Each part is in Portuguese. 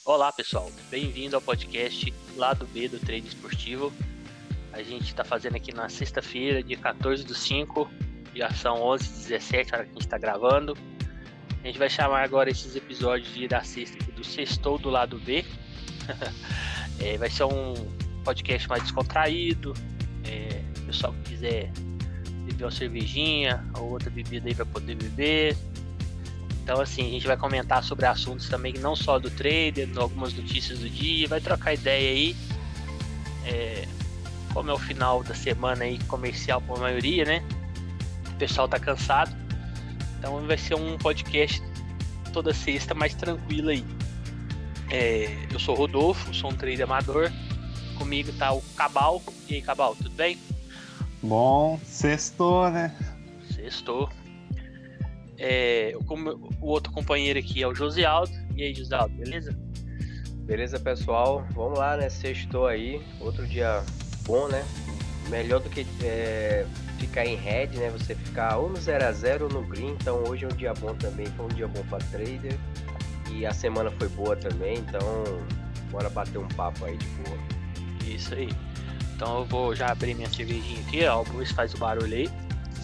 Olá pessoal, bem-vindo ao podcast Lado B do Treino Esportivo. A gente está fazendo aqui na sexta-feira, dia 14/5, já são 11h17, a hora que a gente está gravando. A gente vai chamar agora esses episódios da sexta do Sextou do Lado B. Vai ser um podcast mais descontraído. O pessoal que quiser beber uma cervejinha ou outra bebida aí vai poder beber. Então, assim, a gente vai comentar sobre assuntos também, não só do trader, algumas notícias do dia, vai trocar ideia aí. Como é o final da semana aí, comercial para a maioria, né? O pessoal tá cansado. Então vai ser um podcast toda sexta mais tranquilo aí. Eu sou o Rodolfo, sou um trader amador. Comigo tá o Cabal. E aí, Cabal, tudo bem? Bom, sextou, né? Sextou. O outro companheiro aqui é o Josialdo. E aí, Josialdo, beleza? Beleza, pessoal? Vamos lá, né? Sextou aí, outro dia bom, né? Melhor do que ficar em red, né? Você ficar ou no 0x0 ou no green. Então hoje é um dia bom também, foi um dia bom para trader. E a semana foi boa também, então bora bater um papo aí de boa. Isso aí. Então eu vou já abrir minha cervejinha aqui, ó. Vamos ver se faz o barulho aí.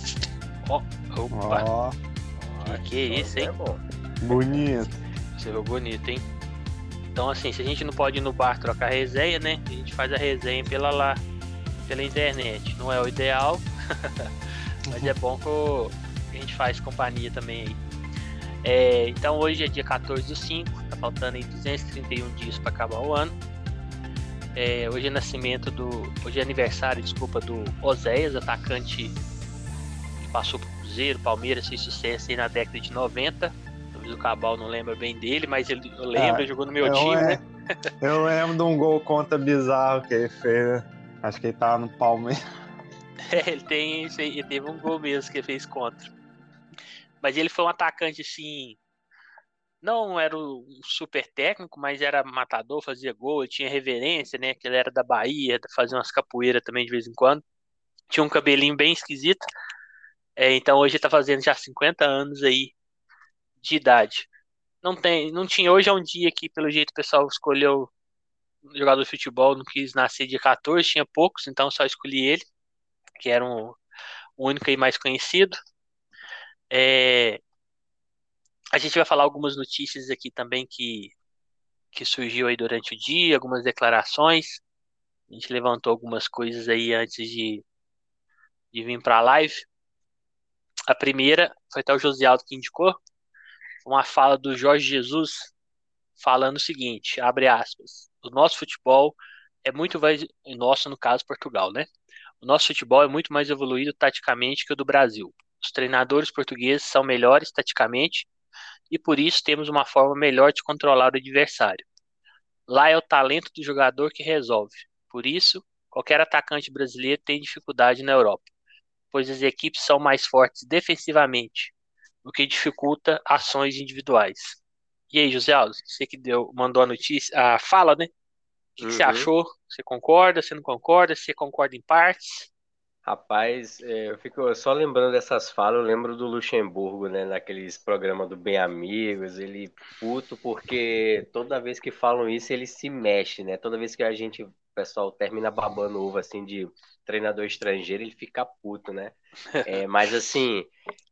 Opa! Que é isso, hein? É bom. Bonito. Você viu bonito, hein? Então, assim, se a gente não pode ir no bar trocar resenha, né? A gente faz a resenha pela internet. Não é o ideal, mas é bom que a gente faz companhia também aí. Então, hoje é dia 14/5, tá faltando aí 231 dias para acabar o ano. Hoje é hoje é aniversário, do Oséias, atacante que passou por Cruzeiro, Palmeiras, fez sucesso aí na década de 90. Talvez o Cabal não lembra bem dele, mas eu lembro, jogou no meu time, né? Eu lembro de um gol contra bizarro que ele fez, né? Acho que ele tava no Palmeiras. Ele teve um gol mesmo que ele fez contra. Mas ele foi um atacante assim, não era um super técnico, mas era matador, fazia gol, ele tinha reverência, né? Que ele era da Bahia, fazia umas capoeiras também de vez em quando. Tinha um cabelinho bem esquisito. Então hoje ele tá fazendo já 50 anos aí de idade. Não tinha, hoje é um dia que pelo jeito o pessoal escolheu jogador de futebol, não quis nascer dia 14, tinha poucos, então só escolhi ele, que era o único e mais conhecido. A gente vai falar algumas notícias aqui também que surgiu aí durante o dia, algumas declarações. A gente levantou algumas coisas aí antes de vir para a live. A primeira foi até o Josialdo que indicou, uma fala do Jorge Jesus falando o seguinte, abre aspas, o nosso futebol é muito mais, nosso no caso Portugal, né? O nosso futebol é muito mais evoluído taticamente que o do Brasil. Os treinadores portugueses são melhores taticamente e por isso temos uma forma melhor de controlar o adversário. Lá é o talento do jogador que resolve. Por isso, qualquer atacante brasileiro tem dificuldade na Europa, pois as equipes são mais fortes defensivamente, o que dificulta ações individuais. E aí, José Alves, você que mandou a notícia, a fala, né? O que você achou? Você concorda? Você não concorda? Você concorda em partes? Rapaz, eu fico só lembrando dessas falas, eu lembro do Luxemburgo, né, naqueles programas do Bem Amigos, ele puto porque toda vez que falam isso ele se mexe, né? Toda vez que o pessoal termina babando ovo assim de treinador estrangeiro, ele fica puto, né? Mas assim,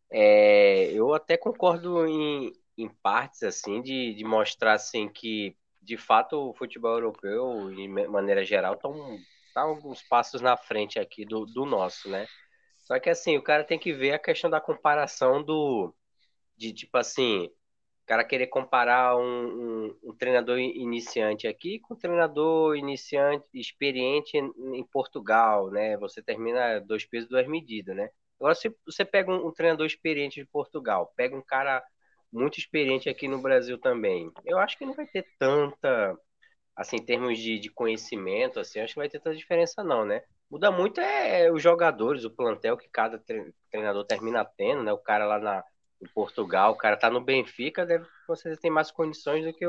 eu até concordo em partes assim de mostrar assim que de fato o futebol europeu, de maneira geral, tá alguns passos na frente aqui do nosso, né? Só que assim, o cara tem que ver a questão da comparação de tipo assim, o cara querer comparar um treinador iniciante aqui com um treinador iniciante experiente em Portugal, né? Você termina dois pesos, duas medidas, né? Agora, se você pega um treinador experiente de Portugal, pega um cara muito experiente aqui no Brasil também, eu acho que não vai ter tanta, assim, em termos de conhecimento, assim, acho que não vai ter tanta diferença não, né? Muda muito os jogadores, o plantel que cada treinador termina tendo, né? O cara lá em Portugal, o cara tá no Benfica, deve você tem mais condições do que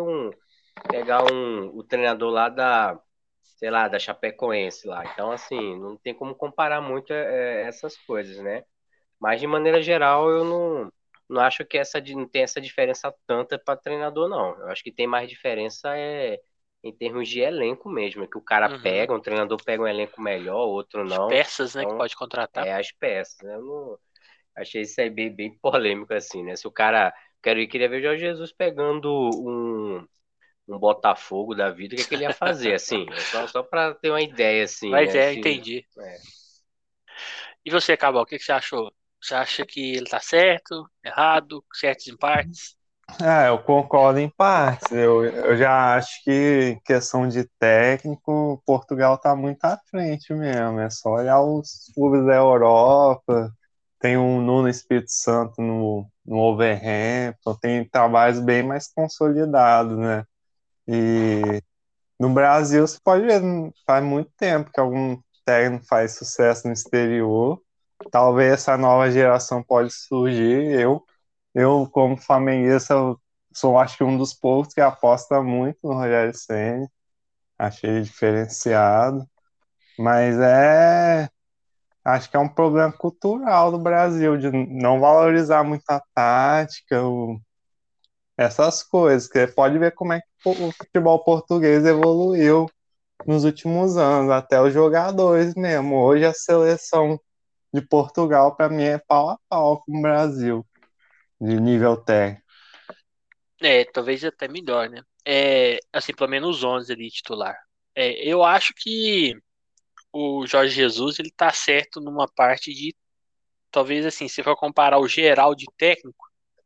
o treinador lá sei lá, da Chapecoense lá. Então, assim, não tem como comparar muito essas coisas, né? Mas de maneira geral, eu não acho que não tem essa diferença tanta para treinador, não. Eu acho que tem mais diferença em termos de elenco mesmo, que o cara Uhum. pega, um treinador pega um elenco melhor, outro As não. peças, né, que Então, pode contratar. é as peças, né? Eu não achei isso aí bem polêmico, assim, né? Se o cara. Queria ver o Jorge Jesus pegando um Botafogo da vida, o que é que ele ia fazer, assim? É só para ter uma ideia, assim, Mas né? entendi. É. E você, Cabal, o que que você achou? Você acha que ele tá certo, errado, certos em partes? Eu concordo em partes. Eu já acho que questão de técnico, Portugal está muito à frente mesmo. É só olhar os clubes da Europa. Tem um Nuno Espírito Santo no Wolverhampton, tem trabalhos bem mais consolidados, né? E no Brasil, você pode ver, faz muito tempo que algum técnico faz sucesso no exterior. Talvez essa nova geração pode surgir. Eu como flamenguista, eu sou acho que um dos poucos que aposta muito no Rogério Ceni. Achei ele diferenciado. Mas acho que é um problema cultural do Brasil, de não valorizar muito a tática, essas coisas. Que pode ver como é que o futebol português evoluiu nos últimos anos, até os jogadores mesmo. Hoje a seleção de Portugal, para mim, é pau a pau com o Brasil, de nível técnico. Talvez até melhor, né? Assim, pelo menos os 11 ali titular. Eu acho que o Jorge Jesus, ele tá certo numa parte de, talvez assim, se for comparar o geral de técnico,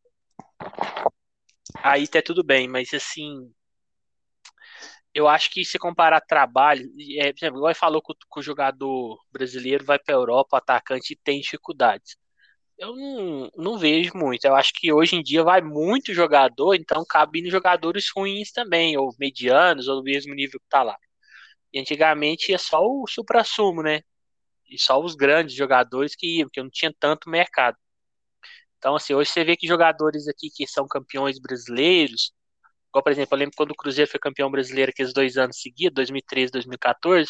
aí tá tudo bem, mas assim, eu acho que se comparar trabalho, por exemplo, igual ele falou que o jogador brasileiro vai pra Europa, o atacante tem dificuldades. Eu não vejo muito. Eu acho que hoje em dia vai muito jogador, então cabe nos jogadores ruins também, ou medianos, ou do mesmo nível que tá lá. E antigamente ia só o suprassumo, né? E só os grandes jogadores que iam, porque não tinha tanto mercado. Então, assim, hoje você vê que jogadores aqui que são campeões brasileiros, igual, por exemplo, eu lembro quando o Cruzeiro foi campeão brasileiro aqueles 2 anos seguidos, 2013, 2014,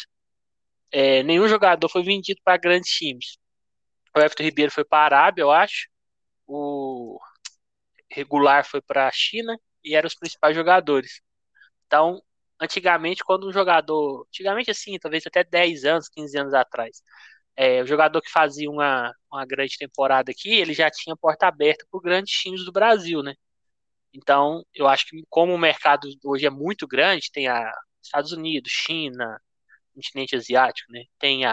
nenhum jogador foi vendido para grandes times. O Everton Ribeiro foi para a Arábia, eu acho. O Regular foi para a China e eram os principais jogadores. Então, antigamente, quando um jogador, antigamente assim, talvez até 10 anos, 15 anos atrás, o jogador que fazia uma grande temporada aqui, ele já tinha porta aberta para grandes times do Brasil, né? Então, eu acho que como o mercado hoje é muito grande, tem a Estados Unidos, China, continente asiático, né? Tem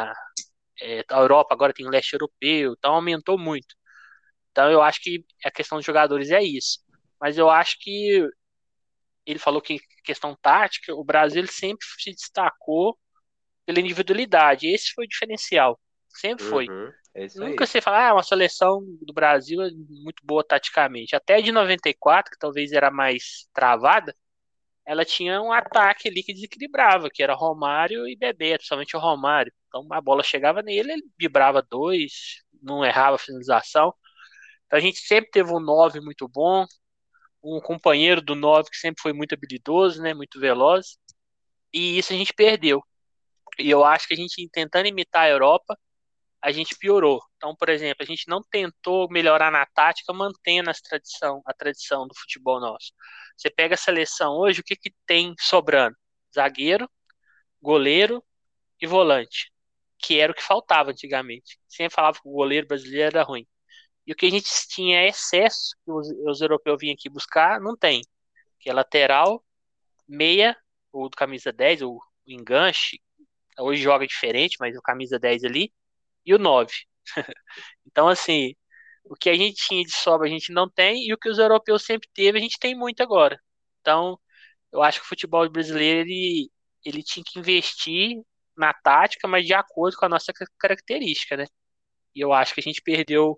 a Europa, agora tem o leste europeu, então aumentou muito. Então, eu acho que a questão dos jogadores é isso. Mas eu acho que ele falou que questão tática, o Brasil ele sempre se destacou pela individualidade. Esse foi o diferencial. Sempre foi. Uhum, é isso Nunca aí. você fala, uma seleção do Brasil é muito boa taticamente. Até de 94, que talvez era mais travada, ela tinha um ataque ali que desequilibrava, que era Romário e Bebeto, principalmente o Romário. Então a bola chegava nele, ele vibrava dois, não errava a finalização. Então a gente sempre teve um 9 muito bom, um companheiro do 9 que sempre foi muito habilidoso, né, muito veloz. E isso a gente perdeu. E eu acho que a gente tentando imitar a Europa, a gente piorou. Então, por exemplo, a gente não tentou melhorar na tática, mantendo a tradição do futebol nosso. Você pega a seleção hoje, o que que tem sobrando? Zagueiro, goleiro e volante, que era o que faltava antigamente. Sempre falava que o goleiro brasileiro era ruim. E o que a gente tinha é excesso, que os europeus vinham aqui buscar, não tem. Que é lateral, meia, ou do camisa 10 ou o enganche. Hoje joga diferente, mas o camisa 10 ali, e o 9. Então, assim, o que a gente tinha de sobra a gente não tem, e o que os europeus sempre teve, a gente tem muito agora. Então, eu acho que o futebol brasileiro ele tinha que investir na tática, mas de acordo com a nossa característica, né? E eu acho que a gente perdeu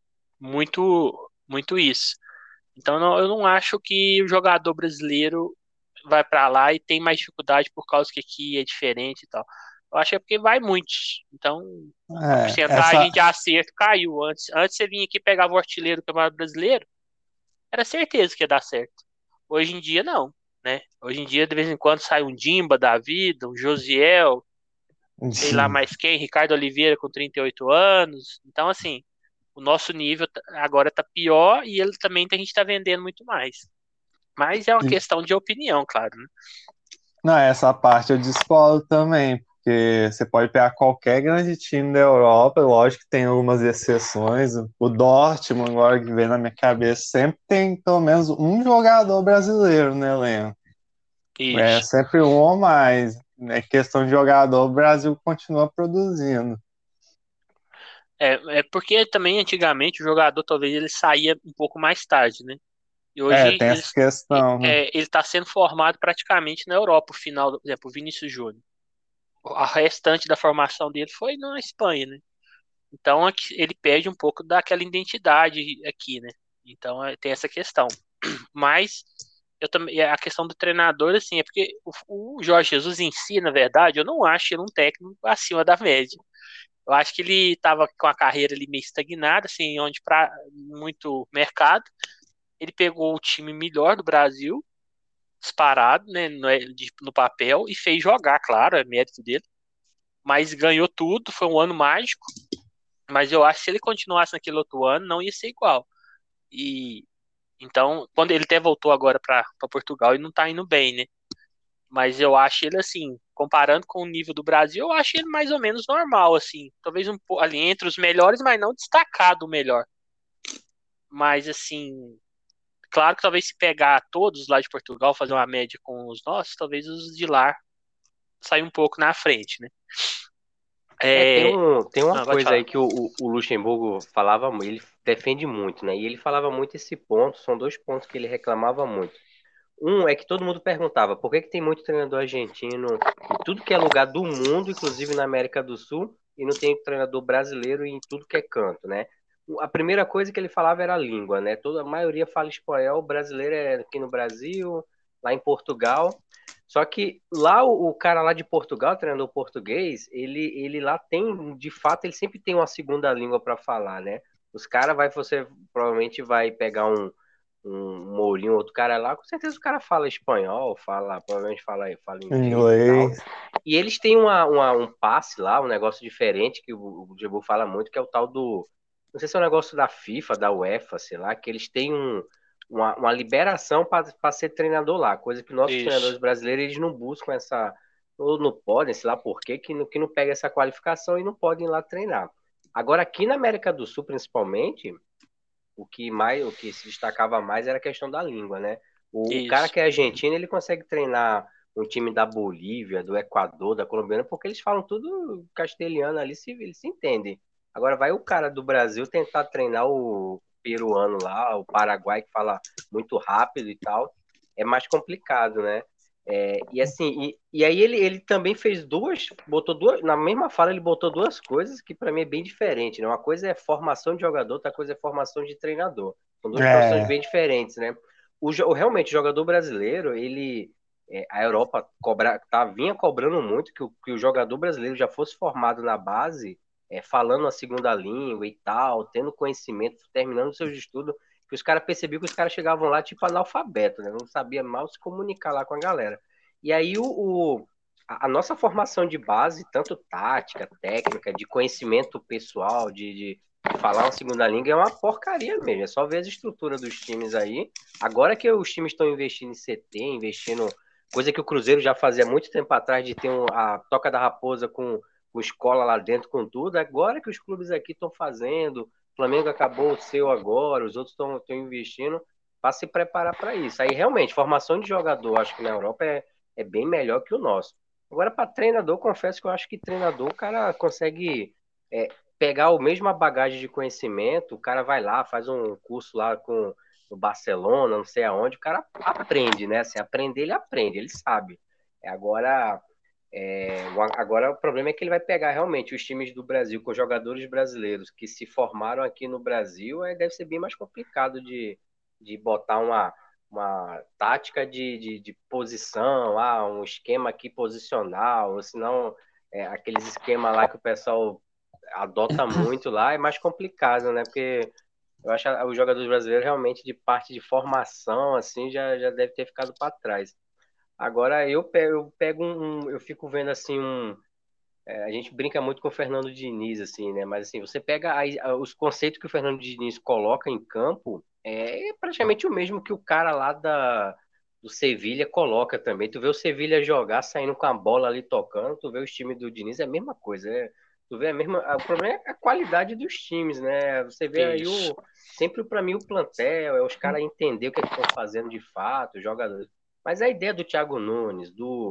muito isso. Então, eu não acho que o jogador brasileiro vai para lá e tem mais dificuldade por causa que aqui é diferente e tal. Eu acho que é porque vai muitos. Então, a porcentagem Essa, de acerto caiu. Antes você vinha aqui e pegava o artilheiro do Campeonato Brasileiro, era certeza que ia dar certo. Hoje em dia, não. Né? Hoje em dia, de vez em quando, sai um Dimba da vida, um Josiel, sei lá mais quem, Ricardo Oliveira com 38 anos. Então, assim, o nosso nível agora tá pior e ele também a gente tá vendendo muito mais. Mas é uma E- questão de opinião, claro, né? Não, essa parte eu discordo também, porque você pode pegar qualquer grande time da Europa, lógico que tem algumas exceções. O Dortmund, agora que vem na minha cabeça, sempre tem pelo menos um jogador brasileiro no elenco. É Isso. sempre um ou mais. É questão de jogador, o Brasil continua produzindo. É porque também antigamente o jogador talvez ele saía um pouco mais tarde, né? E É, hoje tem essa questão, né? ele está sendo formado praticamente na Europa, o final, por exemplo, o Vinícius Júnior. A restante da formação dele foi na Espanha, né? Então ele perde um pouco daquela identidade aqui, né? Então tem essa questão. Mas eu também a questão do treinador assim é porque o Jorge Jesus em si, na verdade, eu não acho ele um técnico acima da média. Eu acho que ele estava com a carreira ali meio estagnada, assim, onde para muito mercado. Ele pegou o time melhor do Brasil, disparado, né, no papel, e fez jogar, claro, é mérito dele. Mas ganhou tudo, foi um ano mágico. Mas eu acho que se ele continuasse naquele outro ano, não ia ser igual. E então, quando ele até voltou agora para Portugal e não tá indo bem, né? Mas eu acho ele assim, comparando com o nível do Brasil, eu acho ele mais ou menos normal, assim. Talvez um pouco ali entre os melhores, mas não destacado o melhor. Mas assim, claro que talvez se pegar todos lá de Portugal, fazer uma média com os nossos, talvez os de lá saiam um pouco na frente, né? É... Tem uma Não, pode coisa aí falar. que o Luxemburgo falava, ele defende muito, né? E ele falava muito esse ponto, são dois pontos que ele reclamava muito. Um é que todo mundo perguntava por que que tem muito treinador argentino em tudo que é lugar do mundo, inclusive na América do Sul, e não tem treinador brasileiro em tudo que é canto, né? A primeira coisa que ele falava era a língua, né? Toda a maioria fala espanhol, brasileiro é aqui no Brasil, lá em Portugal. Só que lá o cara lá de Portugal, treinador português, ele lá tem, de fato, ele sempre tem uma segunda língua para falar, né? Os caras você provavelmente vai pegar um Mourinho, outro cara lá, com certeza o cara fala espanhol, provavelmente fala inglês e tal. Inglês. E eles têm um passe lá, um negócio diferente que o Diego fala muito, que é o tal do. Não sei se é um negócio da FIFA, da UEFA, sei lá, que eles têm uma liberação para ser treinador lá, coisa que nossos Isso. treinadores brasileiros eles não buscam essa. Ou não podem, sei lá por quê, que não pega essa qualificação e não podem ir lá treinar. Agora, aqui na América do Sul, principalmente, o que se destacava mais era a questão da língua, né? O cara Isso. que é argentino, ele consegue treinar um time da Bolívia, do Equador, da Colômbia, porque eles falam tudo castelhano ali, eles se entendem. Agora vai o cara do Brasil tentar treinar o peruano lá, o Paraguai, que fala muito rápido e tal, é mais complicado, né? E assim, e aí ele também fez botou duas, na mesma fala ele botou duas coisas que para mim é bem diferente, né? Uma coisa é formação de jogador, outra coisa é formação de treinador. São duas profissões É, bem diferentes, né? Realmente, o jogador brasileiro, a Europa vinha cobrando muito que o jogador brasileiro já fosse formado na base, falando a segunda língua e tal, tendo conhecimento, terminando seus estudos, que os caras percebiam que os caras chegavam lá tipo analfabeto, né? Não sabia mal se comunicar lá com a galera. E aí a nossa formação de base, tanto tática, técnica, de conhecimento pessoal, de falar uma segunda língua, é uma porcaria mesmo. É só ver as estruturas dos times aí. Agora que os times estão investindo em CT, investindo. Coisa que o Cruzeiro já fazia muito tempo atrás, de ter a Toca da Raposa com escola lá dentro, com tudo. Agora que os clubes aqui estão fazendo. O Flamengo acabou o seu agora, os outros estão investindo para se preparar para isso. Aí realmente, formação de jogador, acho que na Europa é bem melhor que o nosso. Agora, para treinador, confesso que eu acho que treinador, o cara consegue pegar a mesma bagagem de conhecimento, o cara vai lá, faz um curso lá com no Barcelona, não sei aonde, o cara aprende, né? Assim, aprender, ele aprende, ele sabe. Agora, agora o problema é que ele vai pegar realmente os times do Brasil com jogadores brasileiros que se formaram aqui no Brasil, aí deve ser bem mais complicado de botar uma tática de posição, um esquema aqui posicional, ou senão aqueles esquemas lá que o pessoal adota muito lá, é mais complicado, né? Porque eu acho que os jogadores brasileiros realmente de parte de formação, assim, já deve ter ficado para trás. Agora eu pego eu fico vendo assim A gente brinca muito com o Fernando Diniz, assim, né? Mas assim, você pega os conceitos que o Fernando Diniz coloca em campo, é praticamente o mesmo que o cara lá do Sevilha coloca também. Tu vê o Sevilha jogar, saindo com a bola ali tocando, tu vê os times do Diniz, é a mesma coisa. Tu vê a mesma. O problema é a qualidade dos times, né? Você vê aí Isso. sempre para mim o plantel, é os caras entender o que é que estão fazendo de fato, os jogadores. Mas a ideia do Thiago Nunes,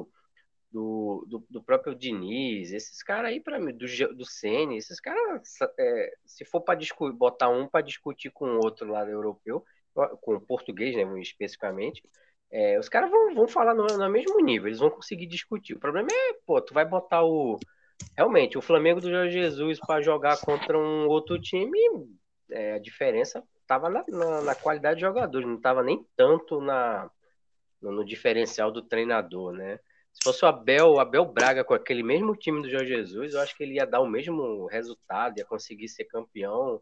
do próprio Diniz, esses caras aí, para mim, do Ceni, esses caras, se for para botar um para discutir com o outro lado europeu, com o português, né, especificamente, os caras vão falar no mesmo nível, eles vão conseguir discutir. O problema é, pô, tu vai botar realmente, o Flamengo do Jorge Jesus para jogar contra um outro time, a diferença tava na qualidade de jogadores, não tava nem tanto no diferencial do treinador, né? Se fosse o Abel Braga com aquele mesmo time do Jorge Jesus, eu acho que ele ia dar o mesmo resultado, ia conseguir ser campeão,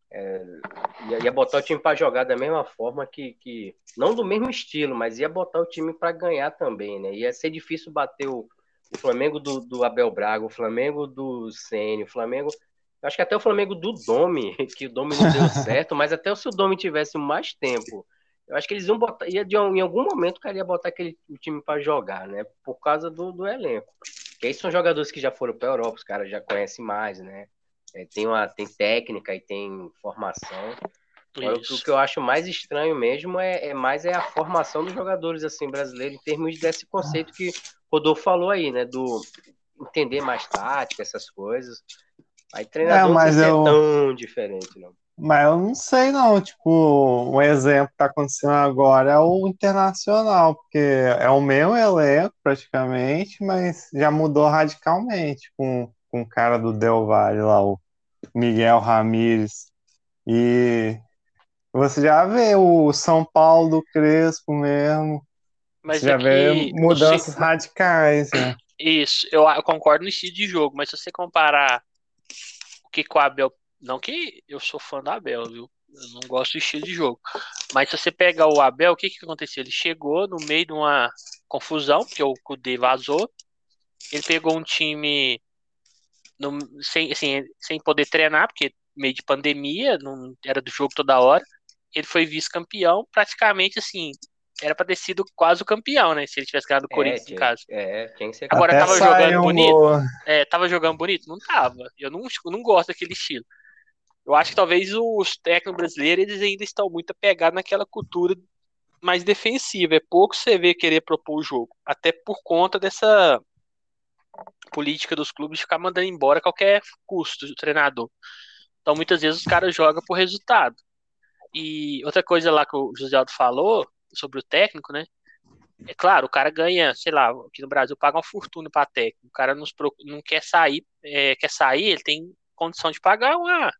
ia botar o time para jogar da mesma forma não do mesmo estilo, mas ia botar o time para ganhar também, né? Ia ser difícil bater o Flamengo do Abel Braga, o Flamengo do Ceni, o Flamengo. Eu acho que até o Flamengo do Domi, que o Domi não deu certo, mas até se o Domi tivesse mais tempo, eu acho que eles iam botar, em algum momento o cara ia botar o time para jogar, né? Por causa do elenco. Porque aí são jogadores que já foram para a Europa, os caras já conhecem mais, né? Tem técnica e tem formação. Agora, o Isso. que eu acho mais estranho mesmo é a formação dos jogadores assim brasileiros em termos desse conceito que o Rodolfo falou aí, né? Do entender mais tática, essas coisas. Aí treinador não sei Mas se é tão diferente, não. eu não sei não, tipo, um exemplo que tá acontecendo agora é o Internacional, porque é o mesmo elenco praticamente, mas já mudou radicalmente com o cara do Del Valle lá, o Miguel Ramírez. E você já vê o São Paulo do Crespo mesmo, você Mas já vê aqui, mudanças radicais, né? isso, eu concordo no estilo de jogo, mas se você comparar o que com o Abel, não que eu sou fã do Abel, viu? Eu não gosto do estilo de jogo. Mas se você pegar o Abel, o que que aconteceu? Ele chegou no meio de uma confusão, porque o Kudê vazou. Ele pegou um time sem, assim, sem poder treinar, porque meio de pandemia, não era do jogo toda hora. Ele foi vice-campeão, praticamente assim, era para ter sido quase o campeão, né? Se ele tivesse ganhado o Corinthians em casa. Tinha que ser Agora, Até campeão tava mesmo. jogando saiu um bonito? gol. Tava jogando bonito? Não tava. Eu não gosto daquele estilo. Eu acho que talvez os técnicos brasileiros eles ainda estão muito apegados naquela cultura mais defensiva. É pouco você vê querer propor o jogo. Até por conta dessa política dos clubes de ficar mandando embora a qualquer custo do treinador. Então muitas vezes os caras jogam por resultado. E outra coisa lá que o José Aldo falou sobre o técnico, né? É claro, o cara ganha, sei lá, aqui no Brasil paga uma fortuna para técnico. O cara não quer sair, quer sair, ele tem condição de pagar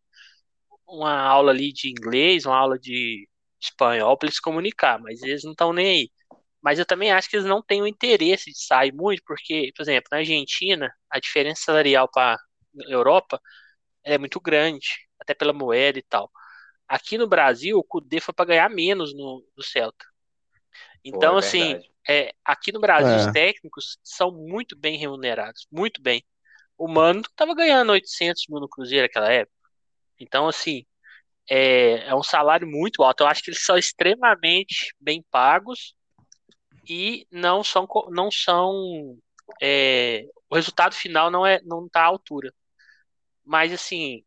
uma aula ali de inglês, uma aula de espanhol para ele se comunicar, mas eles não estão nem aí. Mas eu também acho que eles não têm o interesse de sair muito, porque, por exemplo, na Argentina, a diferença salarial para a Europa é muito grande, até pela moeda e tal. Aqui no Brasil, o Cudê foi para ganhar menos no Celta. Pô, é Então, assim, verdade. aqui no Brasil, os É. técnicos são muito bem remunerados, muito bem. O Mano estava ganhando 800 mil no Cruzeiro naquela época. Então, assim, é um salário muito alto. Eu acho que eles são extremamente bem pagos e não são o resultado final não está à altura. Mas assim,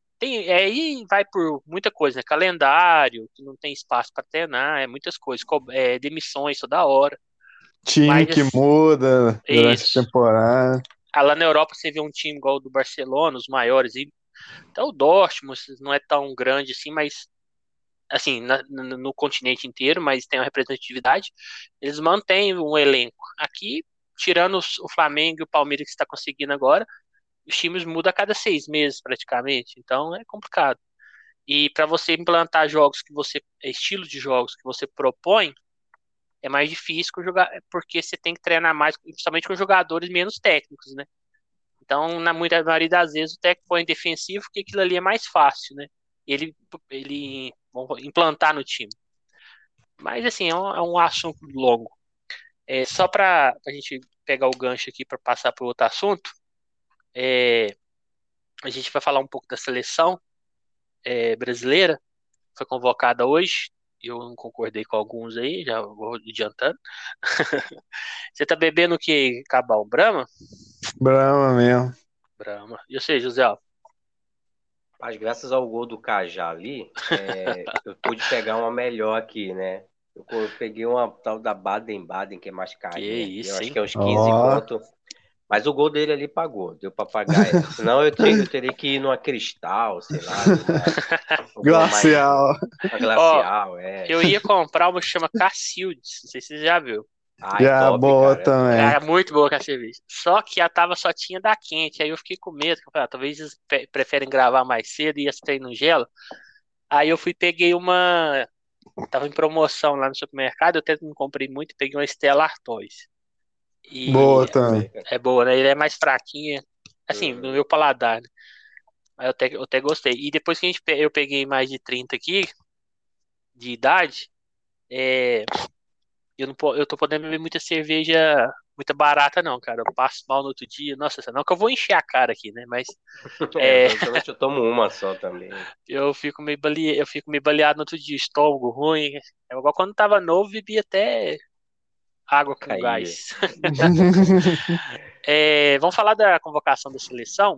aí vai por muita coisa, né? Calendário, que não tem espaço para treinar, muitas coisas, demissões toda hora. Time Mas que muda durante a isso. temporada. Lá na Europa você vê um time igual o do Barcelona, os maiores, e até o Dortmund não é tão grande assim, mas assim, no continente inteiro, mas tem uma representatividade, eles mantêm um elenco. Aqui, tirando o Flamengo e o Palmeiras que está conseguindo agora, os times mudam a cada 6 meses praticamente, então é complicado. E para você implantar estilo de jogos que você propõe, é mais difícil porque você tem que treinar mais, principalmente com jogadores menos técnicos, né? Então, na maioria das vezes, o técnico põe defensivo, porque aquilo ali é mais fácil, né? Ele vamos implantar no time. Mas, assim, é um assunto longo. Só para a gente pegar o gancho aqui para passar para outro assunto, É, a gente vai falar um pouco da seleção brasileira, foi convocada hoje. Eu não concordei com alguns aí, já vou adiantando. Você tá bebendo o que, Cabal? Brahma? Brahma mesmo. Brahma. E você, José? Mas graças ao gol do Cajá ali, eu pude pegar uma melhor aqui, né? Eu peguei uma tal da Baden-Baden, que é mais Que carinha aqui. Eu isso, acho hein? que é uns 15 Ó, conto. Mas o gol dele ali pagou, deu pra pagar essa. Senão eu teria que ir numa Cristal, sei lá, alguma mais. glacial. Uma Ó, glacial, eu ia comprar uma que chama Cacildes, não sei se você já viu. Ah, é Já top, boa cara, é top. também. Cara, muito boa com a cerveja. Só que a tava só tinha da quente, aí eu fiquei com medo, que eu falei, talvez eles preferem gravar mais cedo e esse trem não gela. Aí eu fui, peguei uma, tava em promoção lá no supermercado, eu até não comprei muito, peguei uma Stella Artois. Boa E também. Também, cara. é boa, né? Ele é mais fraquinha, assim, no Uhum. meu paladar, né? Mas eu até gostei. E depois que eu peguei mais de 30 aqui, de idade, é, eu tô podendo beber muita cerveja, muita barata, não, cara. Eu passo mal no outro dia. Nossa, não que eu vou encher a cara aqui, né? Mas é, Exatamente, eu tomo uma só também. eu fico meio baleado no outro dia, estômago ruim. É igual quando tava novo, bebia até água com Caía. gás. Vamos falar da convocação da seleção.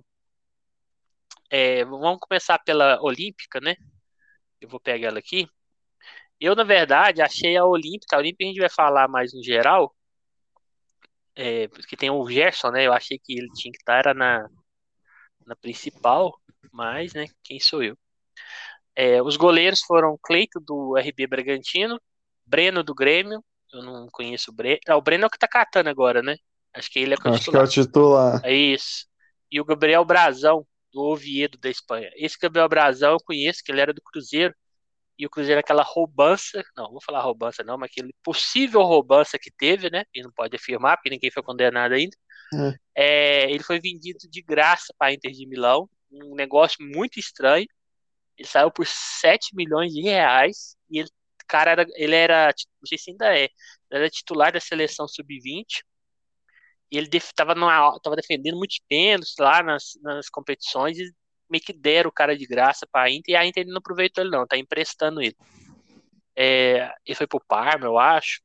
Vamos começar pela Olímpica, né? Eu vou pegar ela aqui. Eu, na verdade, achei a Olímpica a gente vai falar mais no geral, porque tem o Gerson, né? Eu achei que ele tinha que estar era na principal, mas, né, quem sou eu? Os goleiros foram Cleito, do RB Bragantino, Breno, do Grêmio, eu não conheço o Breno. O Breno é o que tá catando agora, né? Acho que ele é o que é o Acho que é o titular. titular. É isso. E o Gabriel Brazão, do Oviedo, da Espanha. Esse Gabriel Brazão eu conheço, que ele era do Cruzeiro, e o Cruzeiro, aquela roubança, não vou falar roubança não, mas aquele possível roubança que teve, né? E não pode afirmar, porque ninguém foi condenado ainda. É. Ele foi vendido de graça para a Inter de Milão, um negócio muito estranho. Ele saiu por 7 milhões de reais e ele, cara, ele era, não sei se ainda ele era titular da seleção sub-20 e ele tava defendendo muitos pênaltis lá nas competições e meio que deram o cara de graça para a Inter e a Inter não aproveitou ele não, tá emprestando ele. Ele foi pro Parma, eu acho.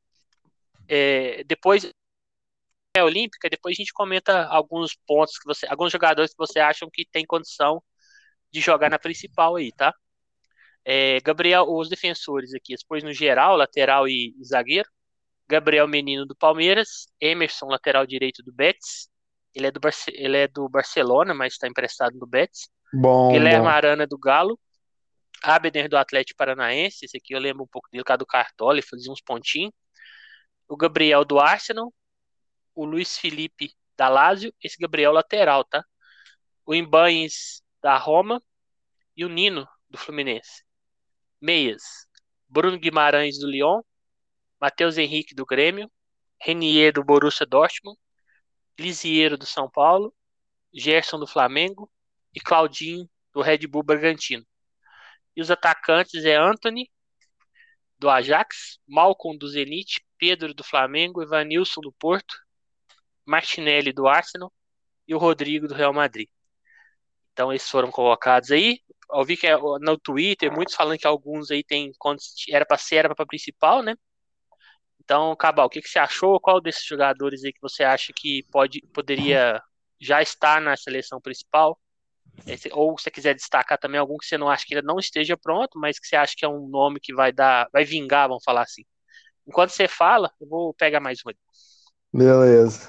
Depois Olímpica, depois a gente comenta alguns pontos alguns jogadores que você acham que tem condição de jogar na principal aí, tá? Gabriel, os defensores aqui, depois no geral, lateral e zagueiro. Gabriel Menino do Palmeiras, Emerson, lateral direito do Betis. Ele é do Barcelona, mas está emprestado no Betis. Bom, Guilherme bom. Arana do Galo, Abner do Atlético Paranaense, esse aqui eu lembro um pouco dele, cara do Cartola, ele fazia uns pontinhos. O Gabriel do Arsenal, o Luiz Felipe da Lazio, esse Gabriel lateral, tá? O Ibañez da Roma e o Nino do Fluminense. Meias, Bruno Guimarães do Lyon, Matheus Henrique do Grêmio, Renier do Borussia Dortmund, Lisiero do São Paulo, Gerson do Flamengo e Claudinho do Red Bull Bragantino. E os atacantes Anthony do Ajax, Malcom do Zenit, Pedro do Flamengo, Evanilson do Porto, Martinelli do Arsenal e o Rodrigo do Real Madrid. Então esses foram colocados aí. Eu vi que no Twitter muitos falando que alguns aí tem era para principal, né? Então, Cabal, o que você achou? Qual desses jogadores aí que você acha que poderia já estar na seleção principal? Ou se você quiser destacar também algum que você não acha que ainda não esteja pronto, mas que você acha que é um nome que vai vingar, vamos falar assim. Enquanto você fala, eu vou pegar mais um. Beleza.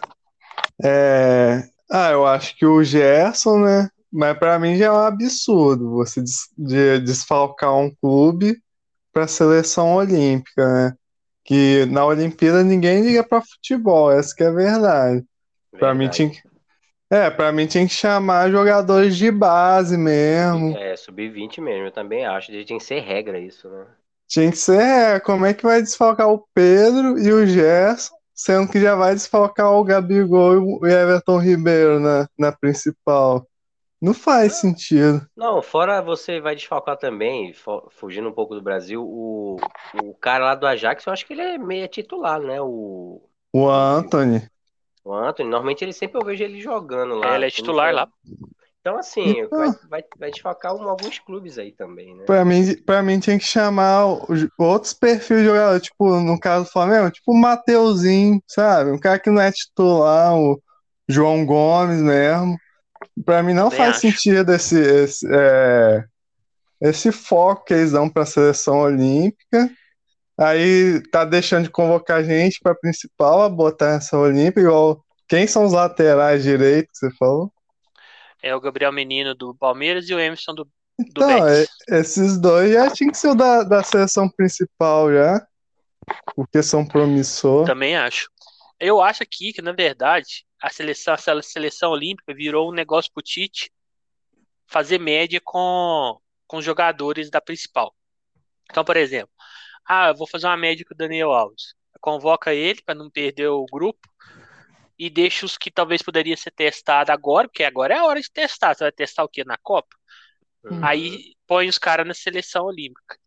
Eu acho que o Gerson, né? Mas pra mim já é um absurdo você desfalcar um clube pra seleção olímpica, né? Que na Olimpíada ninguém liga pra futebol, essa que é a verdade. Pra mim Verdade. tinha que, para mim tinha que chamar jogadores de base mesmo. Sub-20 mesmo, eu também acho. Tinha que ser regra isso, né? Tinha que ser, como é que vai desfalcar o Pedro e o Gerson, sendo que já vai desfalcar o Gabigol e o Everton Ribeiro na principal. Não faz sentido. Não, fora você vai desfalcar também, fugindo um pouco do Brasil, o cara lá do Ajax, eu acho que ele é meio titular, né? O O, Anthony. O Anthony, normalmente ele sempre eu vejo ele jogando lá. Ele é titular lá. Então, assim, Então, vai desfalcar alguns clubes aí também, né? pra mim tinha que chamar outros perfis de jogador, tipo, no caso do Flamengo, tipo o Mateuzinho, sabe? Um cara que não é titular, o João Gomes mesmo. Pra mim não Também faz acho. sentido esse foco que eles dão pra seleção olímpica. Aí tá deixando de convocar gente pra principal a botar essa olímpica, igual. Quem são os laterais direitos que você falou? É o Gabriel Menino do Palmeiras e o Emerson do Então, Betis. esses dois já tinham que ser o da seleção principal já, porque são promissor. Também acho. Eu acho aqui que, na verdade, a seleção olímpica virou um negócio pro Tite fazer média com os jogadores da principal. Então, por exemplo, eu vou fazer uma média com o Daniel Alves. Convoca ele para não perder o grupo e deixa os que talvez poderia ser testado agora, porque agora é a hora de testar. Você vai testar o quê? Na Copa? Uhum. Aí põe os caras na seleção olímpica.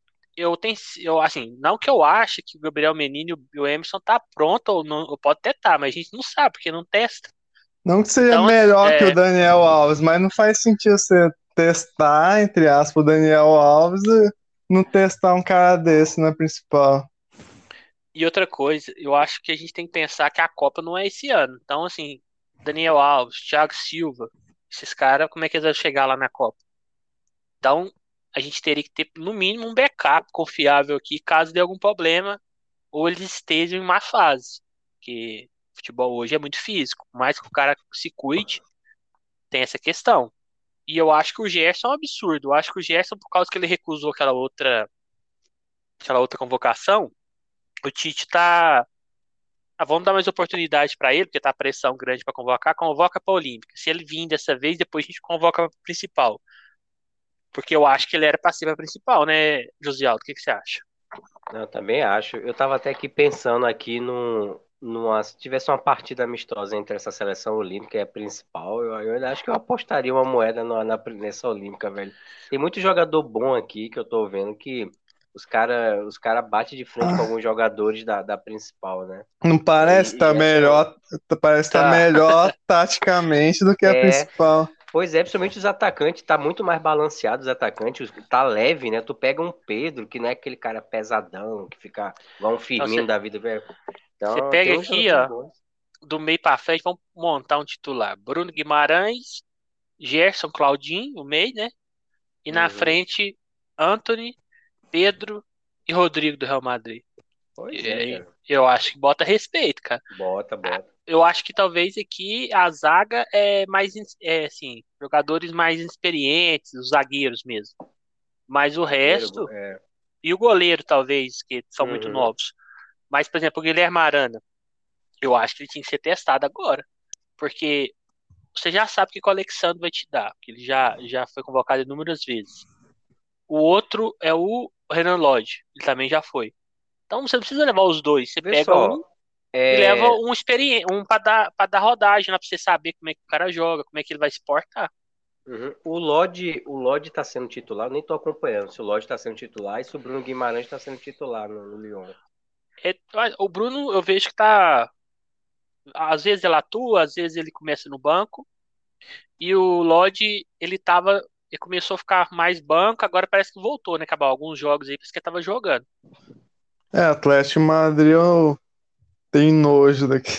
Assim, não que eu ache que o Gabriel Menino e o Emerson tá pronto, ou, não, ou pode até tá, mas a gente não sabe, porque não testa. Não que seja Então, melhor que o Daniel Alves, mas não faz sentido você testar, entre aspas, o Daniel Alves e não testar um cara desse na principal. e outra coisa, eu acho que a gente tem que pensar que a Copa não é esse ano. Então, assim, Daniel Alves, Thiago Silva, esses caras, como é que eles vão chegar lá na Copa? Então, a gente teria que ter, no mínimo, um backup confiável aqui, caso dê algum problema, ou eles estejam em má fase. Porque futebol hoje é muito físico. Por mais que o cara se cuide, tem essa questão. E eu acho que o Gerson é um absurdo. Eu acho que o Gerson, por causa que ele recusou aquela outra convocação, o Tite tá. Vamos dar mais oportunidade para ele, porque tá pressão grande para convocar. Convoca para Olímpica. Se ele vir dessa vez, depois a gente convoca para principal. Porque eu acho que ele era para ser pra principal, né, Josialdo? O que você acha? Eu também acho. Eu tava até aqui pensando aqui se tivesse uma partida amistosa entre essa seleção olímpica e a principal, eu ainda acho que eu apostaria uma moeda nessa olímpica, velho. Tem muito jogador bom aqui que eu tô vendo que os cara batem de frente com Ah, alguns jogadores da principal, né? não parece E estar assim, ó, melhor, parece estar Tá. melhor taticamente do que a é. principal. Pois é, principalmente os atacantes, tá muito mais balanceado os atacantes, tá leve, né? Tu pega um Pedro, que não é aquele cara pesadão, que fica igual um Então, Firmino da vida, velho. você Então, tem pega uns aqui, jogadores ó, bons. do meio para frente, vamos montar um titular. Bruno Guimarães, Gerson, Claudinho, o meio, né? E na Uhum. frente, Anthony, Pedro e Rodrigo do Real Madrid. Pois é, E cara. eu acho que bota respeito, cara. Bota, bota. Eu acho que talvez aqui a zaga é mais, assim, jogadores mais experientes, os zagueiros mesmo. Mas o Zagueiro, resto, e o goleiro talvez, que são muito Uhum. novos. Mas, por exemplo, o Guilherme Arana, eu acho que ele tinha que ser testado agora. Porque você já sabe que o Alexandre vai te dar, que ele já foi convocado inúmeras vezes. O outro é o Renan Lodge, ele também já foi. Então você não precisa levar os dois, você Vê pega um só, e leva é, um experiente, um para dar rodagem, lá para você saber como é que o cara joga, como é que ele vai se portar. uhum. O Lodge tá sendo titular, eu nem tô acompanhando se o Lodge tá sendo titular e se o Bruno Guimarães tá sendo titular no Lyon. O Bruno, eu vejo que tá. Às vezes ele atua, às vezes ele começa no banco. E o Lodge, ele começou a ficar mais banco, agora parece que voltou, né? Acabar alguns jogos aí, parece que ele tava jogando. Atlético de Madrid eu tenho nojo daqui.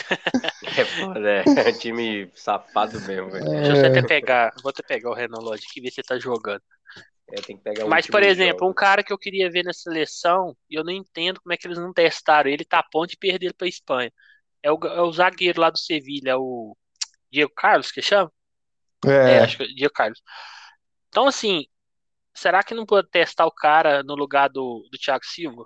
É foda, é um time safado mesmo, velho. Deixa eu até pegar, vou até pegar o Renan Lodge aqui e ver se ele tá jogando. Tem que pegar o Mas, por último exemplo, um jogo. cara que eu queria ver na seleção, e eu não entendo como é que eles não testaram ele, tá a ponto de perder ele pra Espanha. É o zagueiro lá do Sevilha, é o Diego Carlos, que chama? É, Acho que é Diego Carlos. Então, assim, será que não pode testar o cara no lugar do Thiago Silva?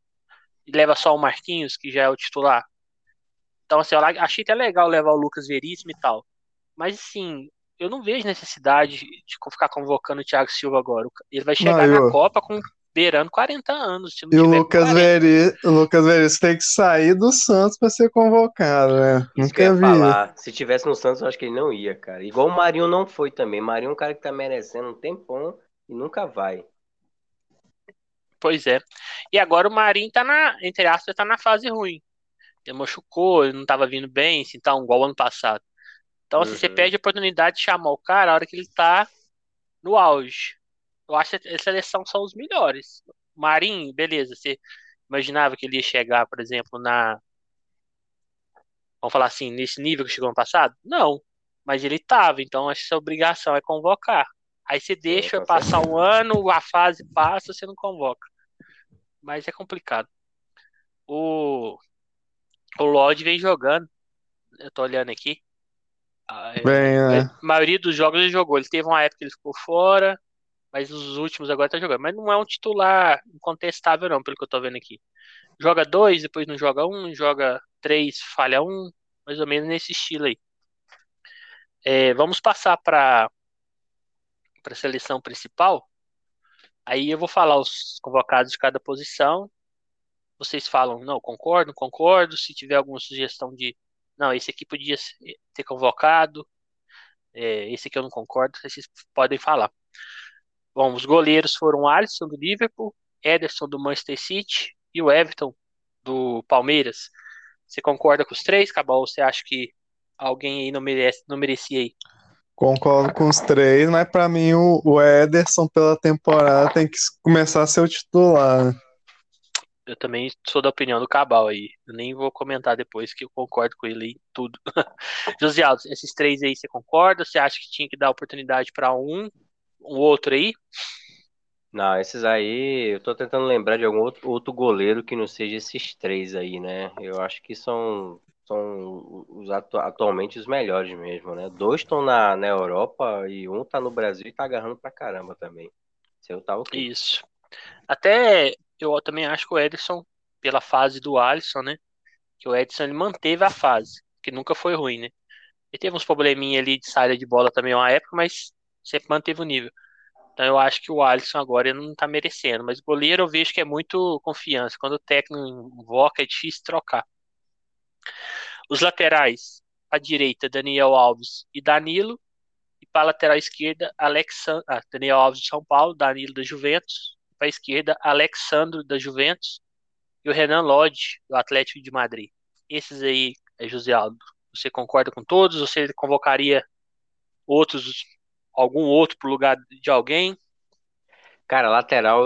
E leva só o Marquinhos, que já é o titular? Então, assim, eu achei até legal levar o Lucas Veríssimo e tal. Mas, assim, eu não vejo necessidade de ficar convocando o Thiago Silva agora. Ele vai não, chegar na Copa com beirando 40 anos, se não e o tiver com Lucas 40. Veríssimo tem que sair do Santos para ser convocado, né? Isso que eu ia Nunca vi. falar. Se tivesse no Santos, eu acho que ele não ia, cara. Igual o Marinho não foi também. Marinho é um cara que tá merecendo um tempão e nunca vai. Pois é. E agora o Marinho tá entre aspas, tá na fase ruim. Ele machucou, ele não estava vindo bem, assim, tá igual ano passado. Então, assim, você Uhum. perde a oportunidade de chamar o cara a hora que ele tá no auge. Eu acho que a seleção são os melhores. Marinho, beleza, você imaginava que ele ia chegar, por exemplo, vamos falar assim, nesse nível que chegou ano passado? Não, mas ele tava, então acho que a obrigação é convocar. Aí você Sim, deixa com passar um certeza. ano, a fase passa, você não convoca. Mas é complicado. O, o Lodge vem jogando, eu tô olhando aqui. Bem, A né? maioria dos jogos ele jogou. Ele teve uma época que ele ficou fora, mas os últimos agora tá jogando. Mas não é um titular incontestável, não, pelo que eu tô vendo aqui. Joga dois, depois não joga um, joga três, falha um, mais ou menos nesse estilo aí. Vamos passar para a seleção principal. Aí eu vou falar os convocados de cada posição. Vocês falam, não, concordo, concordo. Se tiver alguma sugestão de, não, esse aqui podia ter convocado, esse aqui eu não concordo, vocês podem falar. Bom, os goleiros foram o Alisson do Liverpool, Ederson do Manchester City e o Everton do Palmeiras. Você concorda com os três, Cabal? Ou você acha que alguém aí não merecia aí? Concordo com os três, mas pra mim o Ederson pela temporada tem que começar a ser o titular, né? Eu também sou da opinião do Cabal aí. Eu nem vou comentar depois que eu concordo com ele em tudo. José Alves, esses três aí você concorda? Você acha que tinha que dar oportunidade para um outro aí? Não, esses aí, eu tô tentando lembrar de algum outro goleiro que não seja esses três aí, né? Eu acho que são atualmente os melhores mesmo, né? Dois estão na Europa e um tá no Brasil e tá agarrando pra caramba também. Seu tá ok. Isso. Até eu também acho que o Ederson, pela fase do Alisson, né? Que o Edson ele manteve a fase, que nunca foi ruim, né? Ele teve uns probleminha ali de saída de bola também uma época, mas sempre manteve o nível. Então eu acho que o Alisson agora ele não tá merecendo. Mas goleiro eu vejo que é muito confiança. Quando o técnico invoca, é difícil trocar. Os laterais, à direita, Daniel Alves e Danilo. E para a lateral esquerda, Daniel Alves de São Paulo, Danilo da Juventus. Para a esquerda, Alexandro da Juventus. E o Renan Lodge, do Atlético de Madrid. Esses aí, José Aldo, você concorda com todos? Você convocaria outros, algum outro para o lugar de alguém? Cara, lateral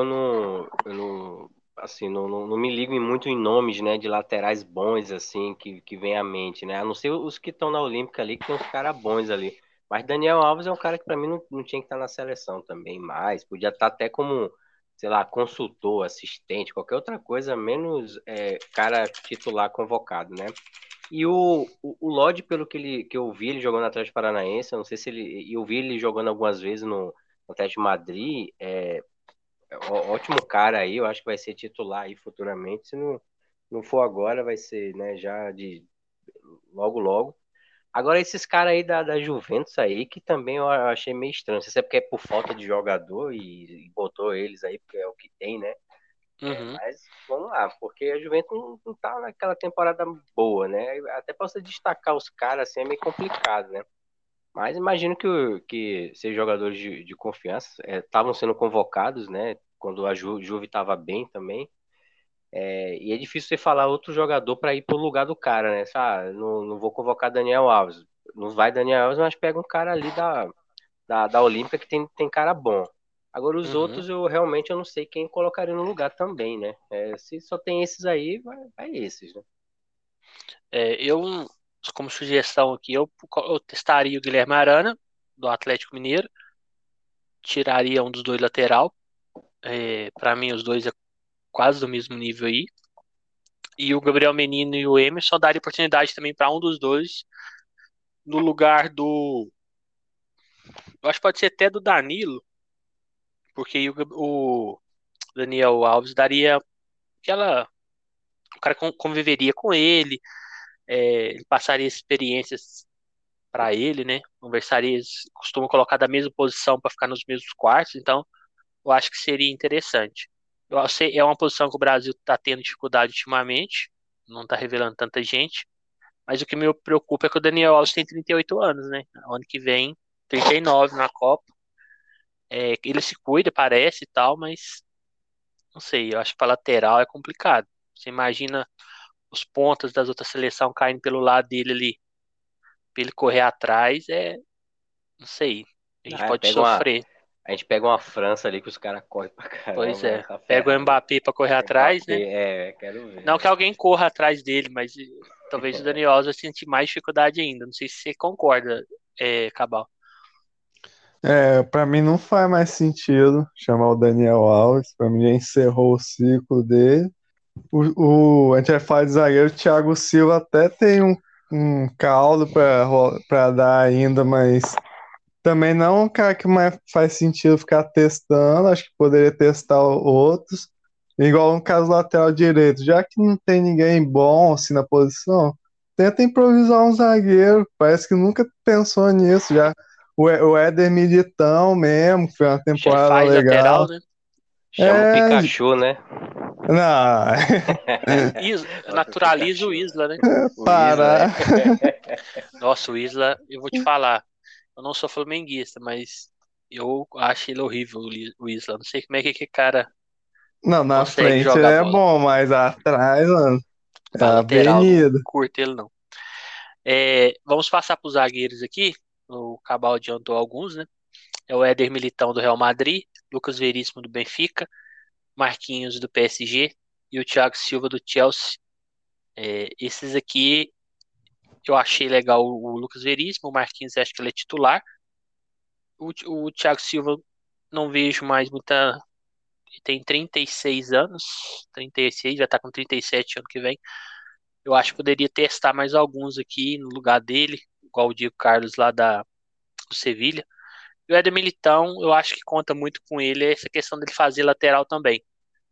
assim, não me ligo muito em nomes, né, de laterais bons, assim, que vem à mente, né? A não ser os que estão na Olímpica ali, que tem uns caras bons ali. Mas Daniel Alves é um cara que pra mim não tinha que estar na seleção também mais. Podia estar até como, sei lá, consultor, assistente, qualquer outra coisa, menos cara titular convocado, né? E o Lodge, pelo que eu vi ele jogando no Atlético Paranaense, eu não sei se ele. Eu vi ele jogando algumas vezes no Atlético de Madrid. Ótimo cara aí, eu acho que vai ser titular aí futuramente. Se não for agora, vai ser, né, já de logo logo. Agora esses caras aí da Juventus aí, que também eu achei meio estranho. Não sei se é porque é por falta de jogador e botou eles aí, porque é o que tem, né? Uhum, Mas vamos lá, porque a Juventus não tá naquela temporada boa, né? Até pra você destacar os caras assim é meio complicado, né? Mas imagino que esses jogadores de confiança estavam sendo convocados, né? Quando a Juve estava bem também. E é difícil você falar outro jogador para ir pro lugar do cara, né? Não vou convocar Daniel Alves. Não vai Daniel Alves, mas pega um cara ali da Olímpia que tem cara bom. Agora os uhum. outros eu realmente não sei quem colocaria no lugar também, né? Se só tem esses aí, vai esses, né? Eu, como sugestão aqui, eu testaria o Guilherme Arana, do Atlético Mineiro, tiraria um dos dois lateral. Para mim, os dois é quase do mesmo nível aí. E o Gabriel Menino e o Emerson daria oportunidade também para um dos dois no lugar do. Eu acho que pode ser até do Danilo, porque aí o Daniel Alves daria aquela. O cara conviveria com ele, ele passaria experiências para ele, né? Conversaria, eles costumam colocar da mesma posição para ficar nos mesmos quartos, então eu acho que seria interessante. Eu sei, é uma posição que o Brasil está tendo dificuldade ultimamente, não está revelando tanta gente, mas o que me preocupa é que o Daniel Alves tem 38 anos, né? Ano que vem, 39 na Copa. Ele se cuida, parece e tal, mas não sei, eu acho que para lateral é complicado. Você imagina os pontas das outras seleções caindo pelo lado dele ali, pra ele correr atrás, não sei, a gente Ah, pode sofrer. a gente pega uma França ali que os caras correm pra Pois caramba, é. tá Pega o ferrado. Mbappé pra correr atrás, né? Mbappé, quero Não ver. que alguém corra atrás dele, mas talvez o Daniel Alves vai sentir mais dificuldade ainda. Não sei se você concorda, Cabal. Pra mim não faz mais sentido chamar o Daniel Alves. Pra mim já encerrou o ciclo dele. A gente vai falar de zagueiro, o Thiago Silva até tem um caldo pra dar ainda, mas também não é um cara que mais faz sentido ficar testando. Acho que poderia testar outros. Igual no caso lateral direito, já que não tem ninguém bom assim na posição, tenta improvisar um zagueiro. Parece que nunca pensou nisso. Já o Éder Militão mesmo, que foi uma Já temporada faz lateral, legal. né? Chama o É, Pikachu, né? não, Bota o Naturaliza o Pikachu. Isla, né? O Isla, parar. Nossa, o Isla, eu vou te falar. Eu não sou flamenguista, mas eu acho ele horrível, o Isla. Não sei como é que aquele cara Não, na consegue frente ele jogar é bola. bom, mas atrás, mano, é Pra a lateral, não avenida. curto ele, não. Vamos passar para os zagueiros aqui. O Cabal adiantou alguns, né? É o Éder Militão do Real Madrid, Lucas Veríssimo do Benfica, Marquinhos do PSG e o Thiago Silva do Chelsea. Esses aqui eu achei legal o Lucas Veríssimo, o Marquinhos acho que ele é titular. O Thiago Silva não vejo mais muita. Ele tem 36 anos, 36, já tá com 37 ano que vem. Eu acho que poderia testar mais alguns aqui no lugar dele, igual o Diego Carlos lá do Sevilha. E o Éder Militão, eu acho que conta muito com ele essa questão dele fazer lateral também.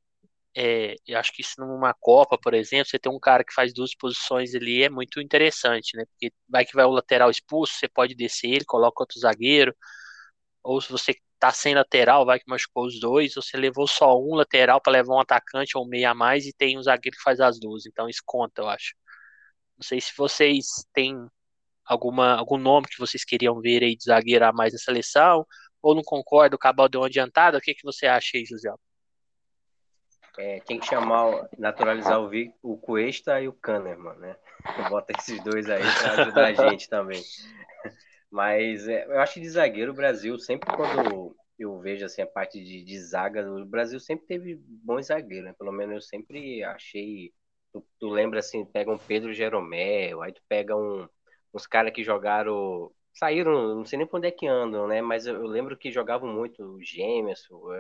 Eu acho que isso numa Copa, por exemplo, você tem um cara que faz duas posições ali é muito interessante, né? Porque vai que vai o lateral expulso, você pode descer ele, coloca outro zagueiro, ou se você tá sem lateral, vai que machucou os dois, ou você levou só um lateral para levar um atacante ou um meia a mais e tem um zagueiro que faz as duas. Então isso conta, eu acho. Não sei se vocês têm algum nome que vocês queriam ver aí de zagueiro a mais na seleção, ou não concorda, o Cabal deu uma adiantada, o que que você acha aí, José? Tem que naturalizar o Cuesta e o Kahneman, né? Bota esses dois aí para ajudar a gente também. Mas eu acho que de zagueiro o Brasil, sempre quando eu vejo assim, a parte de zaga, o Brasil sempre teve bons zagueiros, né? Pelo menos eu sempre achei. Tu lembra assim, pega um Pedro Jeromel, aí tu pega uns caras que jogaram. Saíram, não sei nem pra onde é que andam, né? Mas eu lembro que jogavam muito o Gêmeos,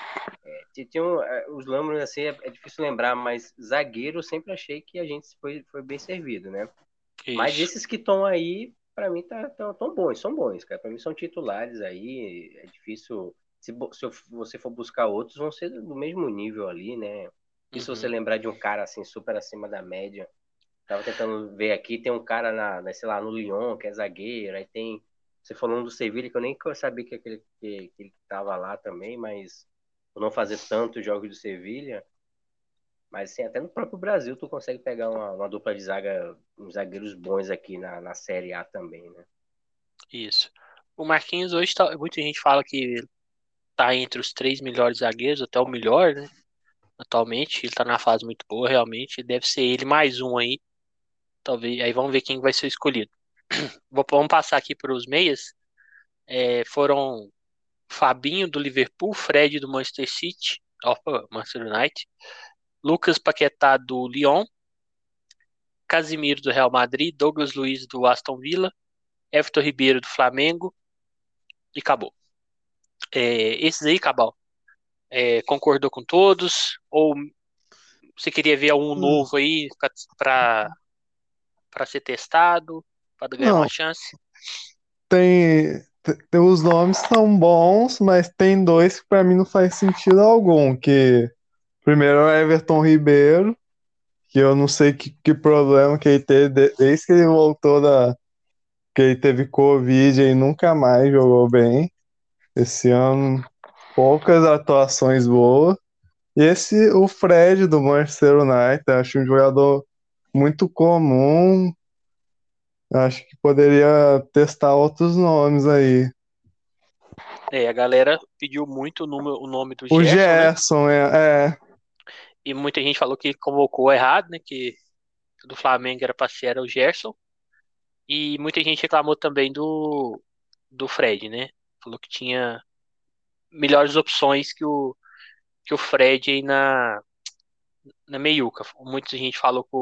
os nomes assim, é difícil lembrar, mas zagueiro eu sempre achei que a gente foi bem servido, né? Mas Isso. esses que estão aí, pra mim, tão bons, são bons, cara. Pra mim são titulares aí, é difícil. Se você for buscar outros, vão ser do mesmo nível ali, né? E se você Uhum. lembrar de um cara assim, super acima da média, tava tentando ver aqui, tem um cara sei lá, no Lyon, que é zagueiro, aí tem. Você falando do Sevilla, que eu nem sabia que ele tava lá também, mas por não fazer tantos jogos do Sevilla, mas assim, até no próprio Brasil tu consegue pegar uma dupla de zaga, uns zagueiros bons aqui na Série A também, né? Isso. O Marquinhos hoje, muita gente fala que tá entre os três melhores zagueiros, até o melhor, né? Atualmente, ele tá na fase muito boa, realmente. Deve ser ele mais um aí. Talvez. Aí vamos ver quem vai ser escolhido. Vamos passar aqui para os meias. Foram Fabinho do Liverpool, Fred do Manchester City, opa, Manchester United, Lucas Paquetá do Lyon, Casimiro do Real Madrid, Douglas Luiz do Aston Villa, Everton Ribeiro do Flamengo e acabou. Esses aí, Cabal, concordou com todos? Ou você queria ver algum novo aí para ser testado, para ganhar uma Não, chance? os nomes são bons, mas tem dois que pra mim não faz sentido algum, que primeiro é o Everton Ribeiro, que eu não sei que problema que ele teve desde que ele voltou que ele teve Covid e nunca mais jogou bem. Esse ano, poucas atuações boas. E o Fred do Manchester United, acho um jogador muito comum. Acho que poderia testar outros nomes aí. A galera pediu muito o nome do O Gerson, né? Gerson E muita gente falou que convocou errado, né? Que do Flamengo era para ser era o Gerson. E muita gente reclamou também do Fred, né? Falou que tinha melhores opções que o Fred aí na meiuca. Muita gente falou que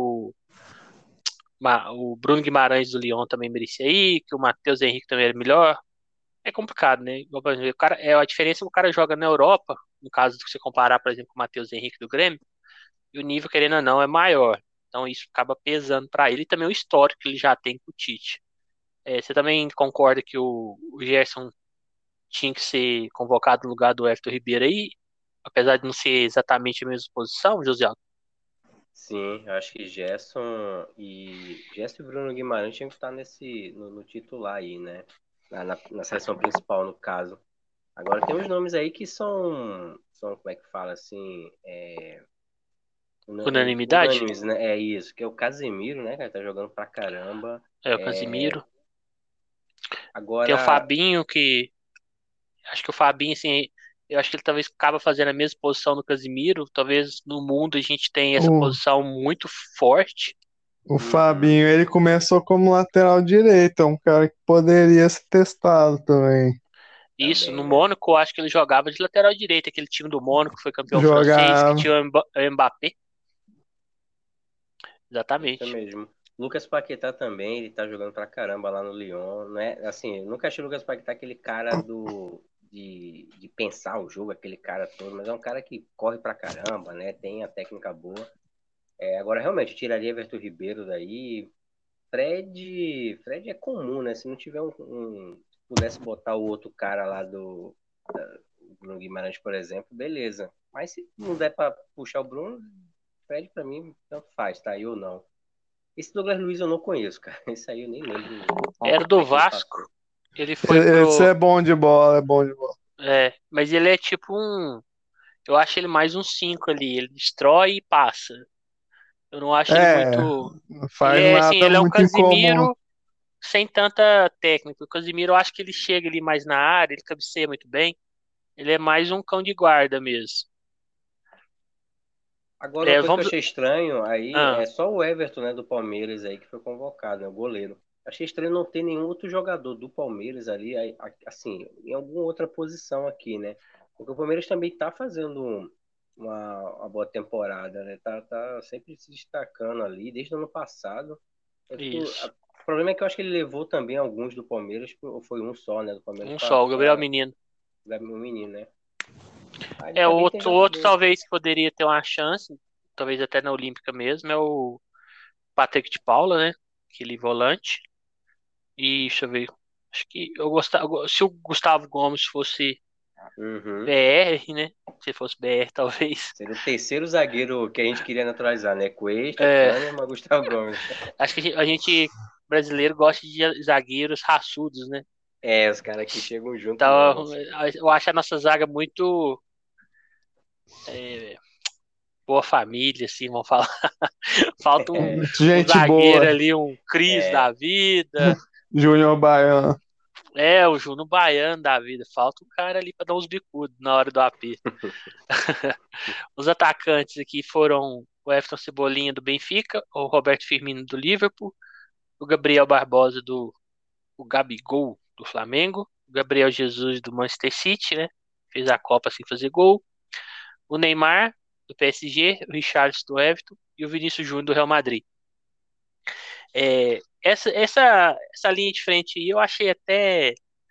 o Bruno Guimarães do Lyon também merecia ir, que o Matheus Henrique também era melhor. É complicado, né? Igual, por exemplo, o cara, a diferença é que o cara joga na Europa, no caso de você comparar, por exemplo, com o Matheus Henrique do Grêmio, e o nível, querendo ou não, é maior. Então isso acaba pesando para ele e também o histórico que ele já tem com o Tite. Você também concorda que o Gerson tinha que ser convocado no lugar do Everton Ribeiro aí, apesar de não ser exatamente a mesma posição, José Aldo? Sim, eu acho que Gerson e Bruno Guimarães tinham que estar no titular aí, né? Na seleção principal, no caso. Agora tem uns nomes aí que são como é que fala assim, Unanimidade? unânimes, né? É isso, que é o Casemiro, né, cara, tá jogando pra caramba. É, o É, Casimiro. Tem o agora, Fabinho, que acho que o Fabinho, assim, eu acho que ele talvez acaba fazendo a mesma posição do Casimiro. Talvez no mundo a gente tenha essa O, posição muito forte. o uhum, Fabinho, ele começou como lateral direito, é um cara que poderia ser testado também. Isso, no também, né? Mônaco, eu acho que ele jogava de lateral direito. Aquele time do Mônaco que foi campeão francês, que Jogar. tinha o Mbappé. Isso Exatamente. mesmo. Lucas Paquetá também, ele tá jogando pra caramba lá no Lyon, né? Assim, eu nunca achei o Lucas Paquetá aquele cara de pensar o jogo, aquele cara todo, mas é um cara que corre pra caramba, né? Tem a técnica boa. Agora, realmente, eu tiraria Everton Ribeiro daí. Fred é comum, né? Se não tiver se pudesse botar o outro cara lá o Bruno Guimarães, por exemplo, beleza. Mas se não der pra puxar o Bruno, Fred pra mim tanto faz, tá aí ou não. Esse Douglas Luiz eu não conheço, cara. Esse aí eu nem lembro Era como do é que ele Vasco. passou. Ele foi Esse pro. é bom de bola, é bom de bola. Mas ele é tipo um. Eu acho ele mais um 5 ali. Ele destrói e passa. Eu não acho ele É, muito. Ele faz é assim, nada ele é um muito incomum. Casimiro sem tanta técnica. O Casimiro, eu acho que ele chega ali mais na área, ele cabeceia muito bem. Ele é mais um cão de guarda mesmo. Agora, uma coisa que eu Vamos. achei estranho aí Ah, é só o Everton, né, do Palmeiras aí que foi convocado, né, o goleiro. Achei estranho não ter nenhum outro jogador do Palmeiras ali, assim, em alguma outra posição aqui, né? Porque o Palmeiras também tá fazendo uma boa temporada, né? Tá sempre se destacando ali, desde o ano passado. isso. O problema é que eu acho que ele levou também alguns do Palmeiras, ou foi um só, né, do Palmeiras Um só, o Gabriel Menino. o menino, né? Aí ele também tem Outro jogador. talvez que poderia ter uma chance, talvez até na Olímpica mesmo, é o Patrick de Paula, né? Aquele volante. E deixa eu ver. Acho que eu gostava. Se o Gustavo Gomes fosse Uhum. BR, né? Se fosse BR, talvez. Seria o terceiro zagueiro que a gente queria naturalizar, né? Cuesta, É, Kahneman, Gustavo Gomes. acho que a gente brasileiro gosta de zagueiros raçudos, né? Os caras que chegam junto mesmo, Então, assim. eu acho a nossa zaga muito é, boa família, assim, vamos falar. Falta um Gente zagueiro boa. ali, um Cris É, da vida. Júnior Baiano. O Júnior Baiano da vida. Falta um cara ali pra dar uns bicudos na hora do AP. Os atacantes aqui foram o Everton Cebolinha do Benfica, o Roberto Firmino do Liverpool, o Gabriel Barbosa o Gabigol do Flamengo, o Gabriel Jesus do Manchester City, né? Fez a Copa sem fazer gol. O Neymar do PSG, o Richarlison do Everton e o Vinícius Júnior do Real Madrid. Essa linha de frente aí eu achei até.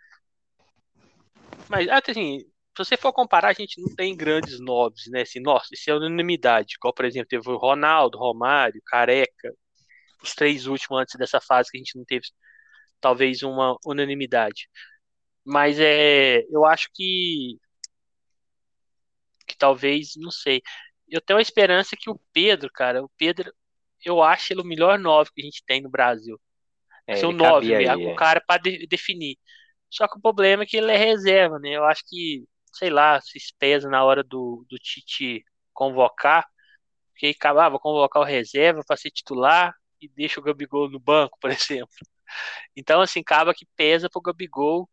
Mas, assim, se você for comparar, a gente não tem grandes nomes, né? Assim, nossa, isso é unanimidade. Igual, por exemplo, teve o Ronaldo, Romário, Careca, os três últimos antes dessa fase que a gente não teve, talvez, uma unanimidade. Mas eu acho que talvez, não sei. Eu tenho a esperança que o Pedro, eu acho ele o melhor 9 que a gente tem no Brasil. Assim, o ele 9 cabia mesmo, aí, o é. cara para definir. Só que o problema é que ele é reserva, né? Eu acho que, sei lá, se pesa na hora do Tite convocar, porque acabava convocar o reserva para ser titular e deixa o Gabigol no banco, por exemplo. Então, assim, acaba que pesa pro Gabigol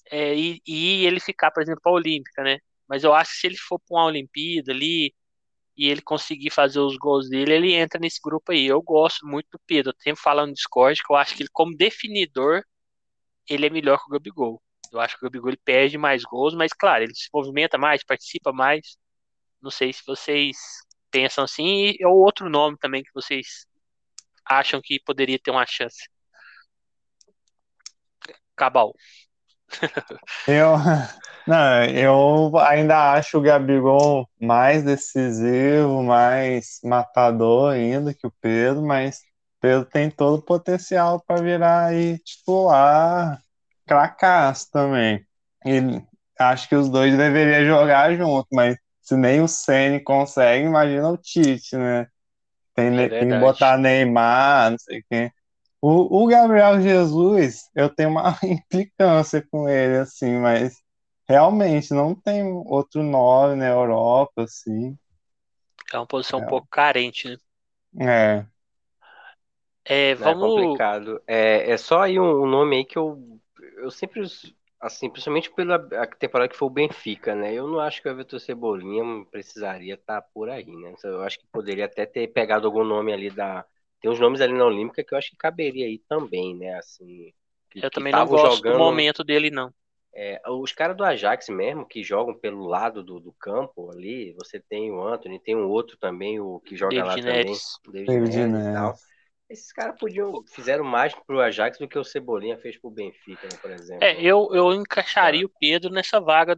e ele ficar, por exemplo, para a Olímpica, né? Mas eu acho que se ele for para uma Olimpíada ali, e ele conseguir fazer os gols dele, ele entra nesse grupo aí. Eu gosto muito do Pedro. Eu sempre falo no Discord que eu acho que ele, como definidor, ele é melhor que o Gabigol. Eu acho que o Gabigol ele perde mais gols, mas claro, ele se movimenta mais, participa mais. Não sei se vocês pensam assim, ou outro nome também que vocês acham que poderia ter uma chance. Cabal. Eu, não, eu ainda acho o Gabigol mais decisivo, mais matador ainda que o Pedro, mas o Pedro tem todo o potencial para virar aí titular, cracaço também. E acho que os dois deveriam jogar junto, mas se nem o Ceni consegue, imagina o Tite, né? É Tem que verdade. botar Neymar, não sei quem. O Gabriel Jesus, eu tenho uma implicância com ele, assim, mas realmente não tem outro nome na Europa, assim. É uma posição um pouco carente, né? É, É, É vamos. complicado. É só aí um nome aí que eu sempre, assim, principalmente pela a temporada que foi o Benfica, né? Eu não acho que o Everton Cebolinha precisaria estar por aí, né? Eu acho que poderia até ter pegado algum nome ali da. Tem uns nomes ali na Olímpica que eu acho que caberia aí também, né? Assim, Eu que também não estavam gosto do jogando. momento dele, não. Os caras do Ajax mesmo, que jogam pelo lado do campo ali, você tem o Anthony, tem um outro também, o que joga lá David também, Neres. o David David Neres e tal. Neres. Esses caras fizeram mais pro Ajax do que o Cebolinha fez pro Benfica, né, por É, exemplo. eu encaixaria Tá. o Pedro nessa vaga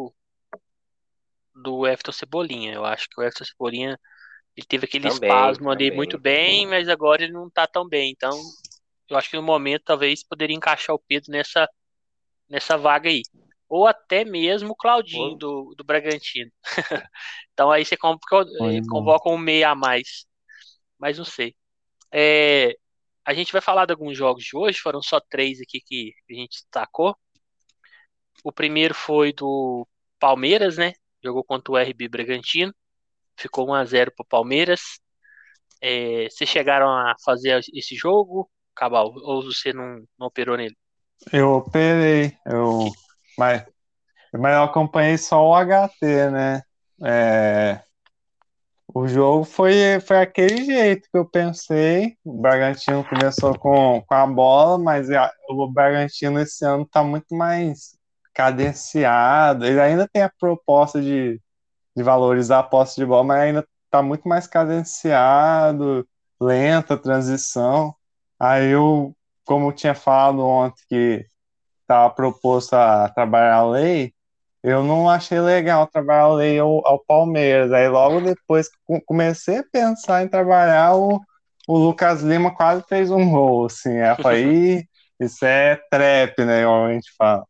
do Everton Cebolinha. Eu acho que o Everton Cebolinha ele teve aquele Também, espasmo ali muito também. bem, mas agora ele não tá tão bem. Então, eu acho que no momento talvez poderia encaixar o Pedro nessa vaga aí. Ou até mesmo o Claudinho Pô, do Bragantino. Então aí você Foi bom. convoca um meia a mais. Mas não sei. É, a gente vai falar de alguns jogos de hoje, foram só três aqui que a gente destacou. O primeiro foi do Palmeiras, né? Jogou contra o RB Bragantino. Ficou 1-0 pro Palmeiras. Vocês chegaram a fazer esse jogo, Cabal? Ou você não operou nele? Eu operei, Que- mas eu acompanhei só o HT, né? É, o jogo foi aquele jeito que eu pensei. O Bragantino começou com a bola, mas o Bragantino esse ano está muito mais cadenciado. Ele ainda tem a proposta de valorizar a posse de bola, mas ainda está muito mais cadenciado, lenta a transição. Aí eu, como eu tinha falado ontem que estava proposto a trabalhar a lei, eu não achei legal trabalhar a lei ao Palmeiras. Aí logo depois que comecei a pensar em trabalhar, o Lucas Lima quase fez um gol, assim. Aí eu falei, "Ih, isso é trap, né? Igual a gente fala.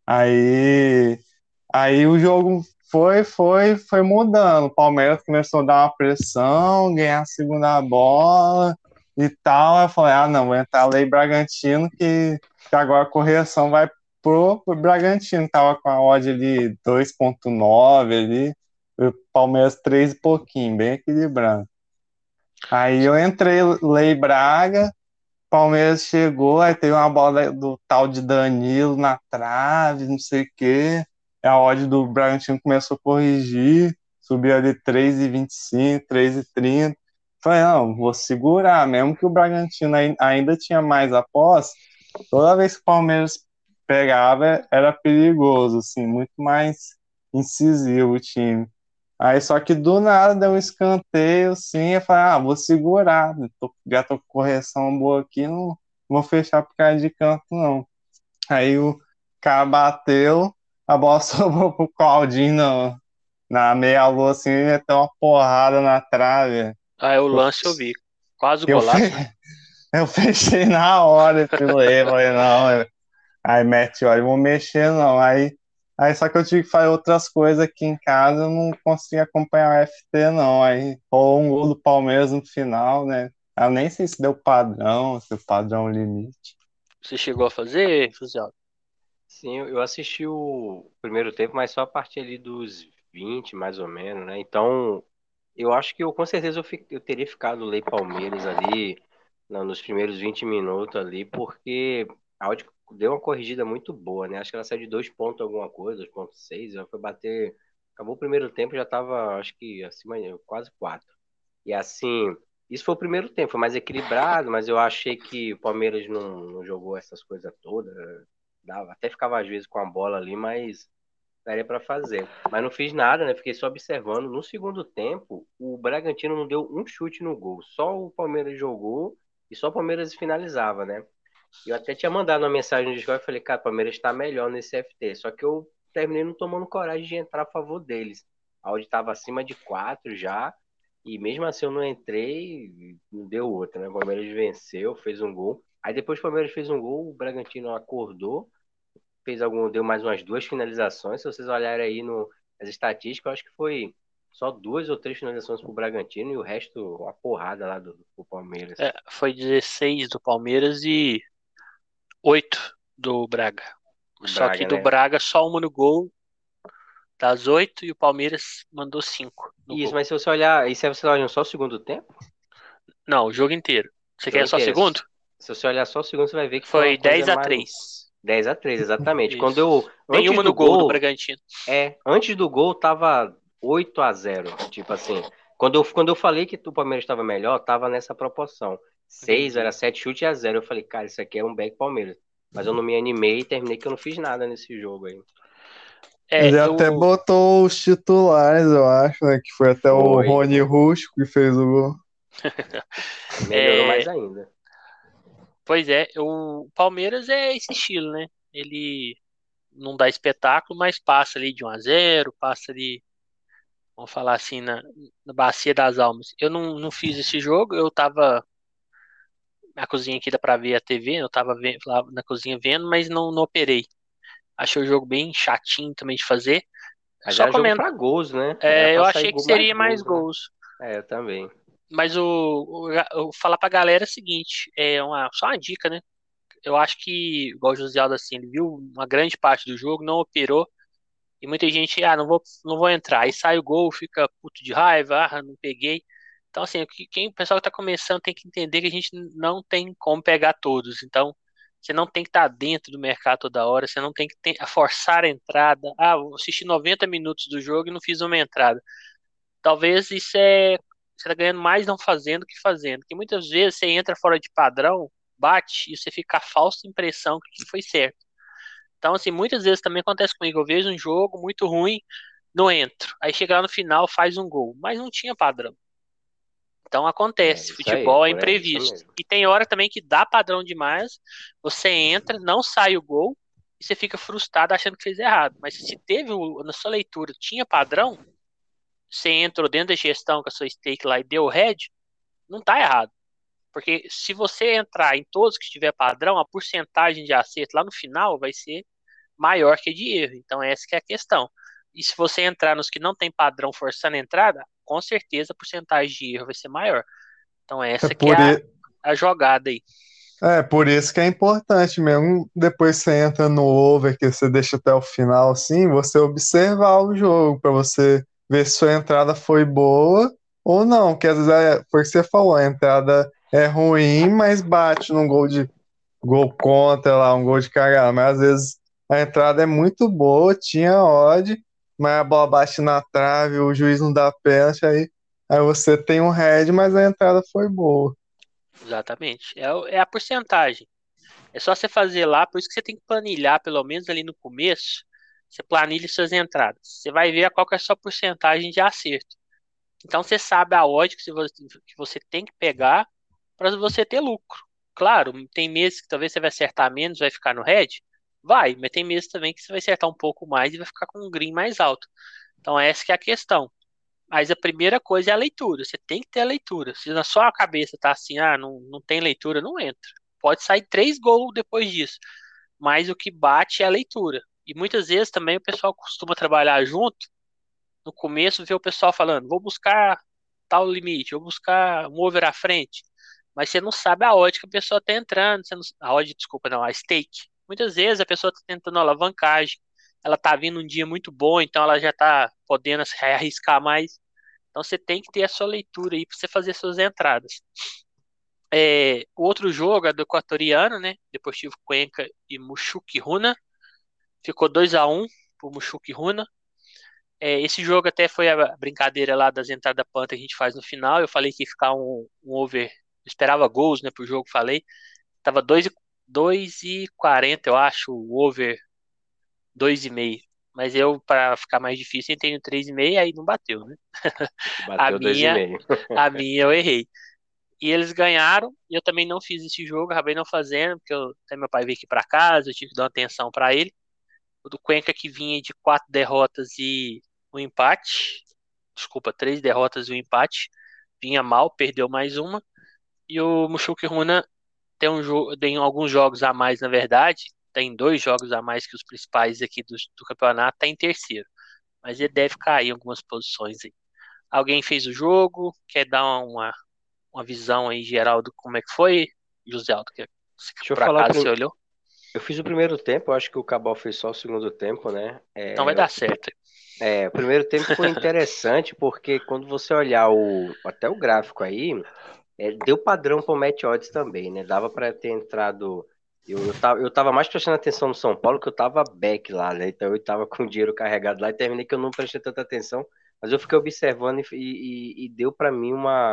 Aí, aí o jogo foi mudando. O Palmeiras começou a dar uma pressão, ganhar a segunda bola e tal. Aí eu falei, ah, não, vou entrar a Lei Bragantino, que agora a correção vai pro Bragantino. Tava com a odd ali 2,9 ali, o Palmeiras 3 e pouquinho, bem equilibrado. Aí eu entrei, Lei Braga, Palmeiras chegou, aí teve uma bola do tal de Danilo na trave, não sei o quê. A odd do Bragantino começou a corrigir, subiu ali 3,25, 3,30. Falei, não, vou segurar, mesmo que o Bragantino ainda tinha mais a posse, toda vez que o Palmeiras pegava era perigoso, assim, muito mais incisivo o time. Aí só que do nada deu um escanteio, assim, eu falei, ah, vou segurar, já tô com correção boa aqui, não vou fechar por causa de canto, não. Aí o cara bateu, a bola sobrou pro Claudinho na meia-lua, assim, ele meteu uma porrada na trave. Ah, o Eu, lance eu vi. Quase o eu, fe, golaço, né? eu fechei na hora esse lei, falei, não, aí mete, olha, eu vou mexer não. Aí só que eu tive que fazer outras coisas aqui em casa, eu não consegui acompanhar o FT não. Aí rolou um gol do Palmeiras no final, né? Eu nem sei se deu padrão, se o padrão é o limite. Você chegou a fazer, Fuzial? Sim, eu assisti o primeiro tempo, mas só a partir ali dos 20, mais ou menos, né? Então, eu acho que com certeza eu teria ficado Lei Palmeiras ali nos primeiros 20 minutos ali, porque a Audi deu uma corrigida muito boa, né? Acho que ela saiu de 2 pontos alguma coisa, 2,6, ela foi bater. Acabou o primeiro tempo, já tava, acho que acima, quase 4. E assim, isso foi o primeiro tempo, foi mais equilibrado, mas eu achei que o Palmeiras não jogou essas coisas todas. Até ficava às vezes com a bola ali, mas daria para fazer. Mas não fiz nada, né? Fiquei só observando. No segundo tempo, o Bragantino não deu um chute no gol. Só o Palmeiras jogou e só o Palmeiras finalizava, né? Eu até tinha mandado uma mensagem no Discord e falei, cara, o Palmeiras está melhor nesse FT. Só que eu terminei não tomando coragem de entrar a favor deles. A odd estava acima de 4 já. E mesmo assim eu não entrei, não deu outra, né? O Palmeiras venceu, fez um gol. Aí depois que o Palmeiras fez um gol, o Bragantino acordou, deu mais umas 2 finalizações. Se vocês olharem aí nas estatísticas, eu acho que foi só 2 ou 3 finalizações pro Bragantino e o resto uma porrada lá do Palmeiras. Foi 16 do Palmeiras e 8 do Braga. O Só que Braga, do né? Braga, só uma no gol das 8 e o Palmeiras mandou 5 no Isso, gol. mas se você olhar, e se você olhar só o segundo tempo, Não, o jogo inteiro. Você o jogo quer só o inteiro, segundo? se você olhar só o segundo, você vai ver que foi uma Foi coisa 10 a mais 3. 10-3, exatamente. Isso. Antes Nenhuma do no gol do gol, Bragantino. antes do gol tava 8-0, tipo assim. Quando eu falei que o Palmeiras estava melhor, tava nessa proporção. 6 Entendi. era 7 chute a 0. Eu falei, cara, isso aqui é um back Palmeiras. Mas eu não me animei e terminei que eu não fiz nada nesse jogo aí. Ele até Eu. botou os titulares, eu acho, né? Que foi até o Foi. Rony Rusco que fez o gol. Aí melhorou mais É, ainda. pois é, o Palmeiras é esse estilo, né? Ele não dá espetáculo, mas passa ali de 1 a 0, passa ali, vamos falar assim, na Bacia das Almas. Eu não fiz esse jogo, eu tava na cozinha aqui, dá pra ver a TV, eu tava lá na cozinha vendo, mas não operei. Achei o jogo bem chatinho também de fazer. Mas Só era jogo comendo. pra gols, né? Era Eu pra sair achei que gol mais seria mais gols, né? gols. É, eu também. Mas eu falar pra galera é o seguinte, só uma dica, né? Eu acho que, igual o José Aldo, assim, ele viu uma grande parte do jogo, não operou, e muita gente, não vou entrar. Aí sai o gol, fica puto de raiva, não peguei. Então, assim, o pessoal que tá começando tem que entender que a gente não tem como pegar todos. Então, você não tem que estar dentro do mercado toda hora, você não tem que forçar a entrada. Vou assistir 90 minutos do jogo e não fiz uma entrada. Talvez você tá ganhando mais não fazendo que fazendo. Porque muitas vezes você entra fora de padrão, bate e você fica a falsa impressão que foi certo. Então, assim, muitas vezes também acontece comigo. Eu vejo um jogo muito ruim, não entro. Aí chega lá no final, faz um gol. Mas não tinha padrão. Então É, acontece, isso aí, futebol é por aí, isso imprevisto. mesmo. E tem hora também que dá padrão demais, você entra, não sai o gol, e você fica frustrado achando que fez errado. Mas se teve, na sua leitura, tinha padrão, você entrou dentro da gestão com a sua stake lá e deu head, não tá errado. Porque se você entrar em todos que tiver padrão, a porcentagem de acerto lá no final vai ser maior que a de erro. Então essa que é a questão. E se você entrar nos que não tem padrão forçando a entrada, com certeza a porcentagem de erro vai ser maior. Então É essa que é por, a, i- a jogada aí. É por isso que é importante mesmo. Depois você entra no over, que você deixa até o final, assim, você observar o jogo, para você ver se sua entrada foi boa ou não. Que às vezes foi o que você falou, a entrada é ruim, mas bate num gol contra lá, um gol de cagada. Mas às vezes a entrada é muito boa, tinha odd, mas a bola bate na trave, o juiz não dá pênalti, aí você tem um head, mas a entrada foi boa. Exatamente. É a porcentagem. É só você fazer lá, por isso que você tem que planilhar, pelo menos ali no começo, você planilha suas entradas. Você vai ver qual que é a sua porcentagem de acerto. Então você sabe a odd que você tem que pegar para você ter lucro. Claro, tem meses que talvez você vai acertar menos, vai ficar no red. Vai, mas tem meses também que você vai acertar um pouco mais e vai ficar com um green mais alto. Então essa que é a questão. Mas a primeira coisa é a leitura. Você tem que ter a leitura. Se na sua cabeça tá assim, não tem leitura, não entra. Pode sair 3 gols depois disso. Mas o que bate é a leitura. E muitas vezes também o pessoal costuma trabalhar junto. No começo, vê o pessoal falando, vou buscar tal limite, vou buscar um over à frente. Mas você não sabe a odd que a pessoa está entrando. A odd, desculpa, não, a stake. Muitas vezes a pessoa está tentando alavancagem. Ela está vindo um dia muito bom, então ela já está podendo arriscar mais. Então você tem que ter a sua leitura aí para você fazer suas entradas. O outro jogo é do equatoriano, né? Deportivo Cuenca e Mushuc Runa. Ficou 2-1 pro Mushuc Runa. Esse jogo até foi a brincadeira lá das entradas panta que a gente faz no final. Eu falei que ia ficar um over. Eu esperava gols, né, pro jogo, falei. Tava 2,40, eu acho, o over 2,5. Mas eu, para ficar mais difícil, entrei no 3,5, aí não bateu, né? A Bateu dois e minha, meio. a minha eu errei. E eles ganharam, e eu também não fiz esse jogo, acabei não fazendo, porque até meu pai veio aqui para casa, eu tive que dar uma atenção para ele. O do Cuenca que vinha de 4 derrotas e um empate. Desculpa, 3 derrotas e um empate. Vinha mal, perdeu mais uma. E o Mushoku Runa tem alguns jogos a mais, na verdade. Tem 2 jogos a mais que os principais aqui do campeonato. Tá em terceiro. Mas ele deve cair em algumas posições aí. Alguém fez o jogo? Quer dar uma visão aí geral do como é que foi? José Aldo, Deixa eu por falar o acaso você olhou? Eu fiz o primeiro tempo, eu acho que o Cabal fez só o segundo tempo, né? Então vai dar certo. O primeiro tempo foi interessante porque quando você olhar até o gráfico aí, deu padrão pro match odds também, né? Dava para ter entrado. Eu tava mais prestando atenção no São Paulo que eu tava back lá, né? Então eu tava com o dinheiro carregado lá e terminei que eu não prestei tanta atenção, mas eu fiquei observando e deu para mim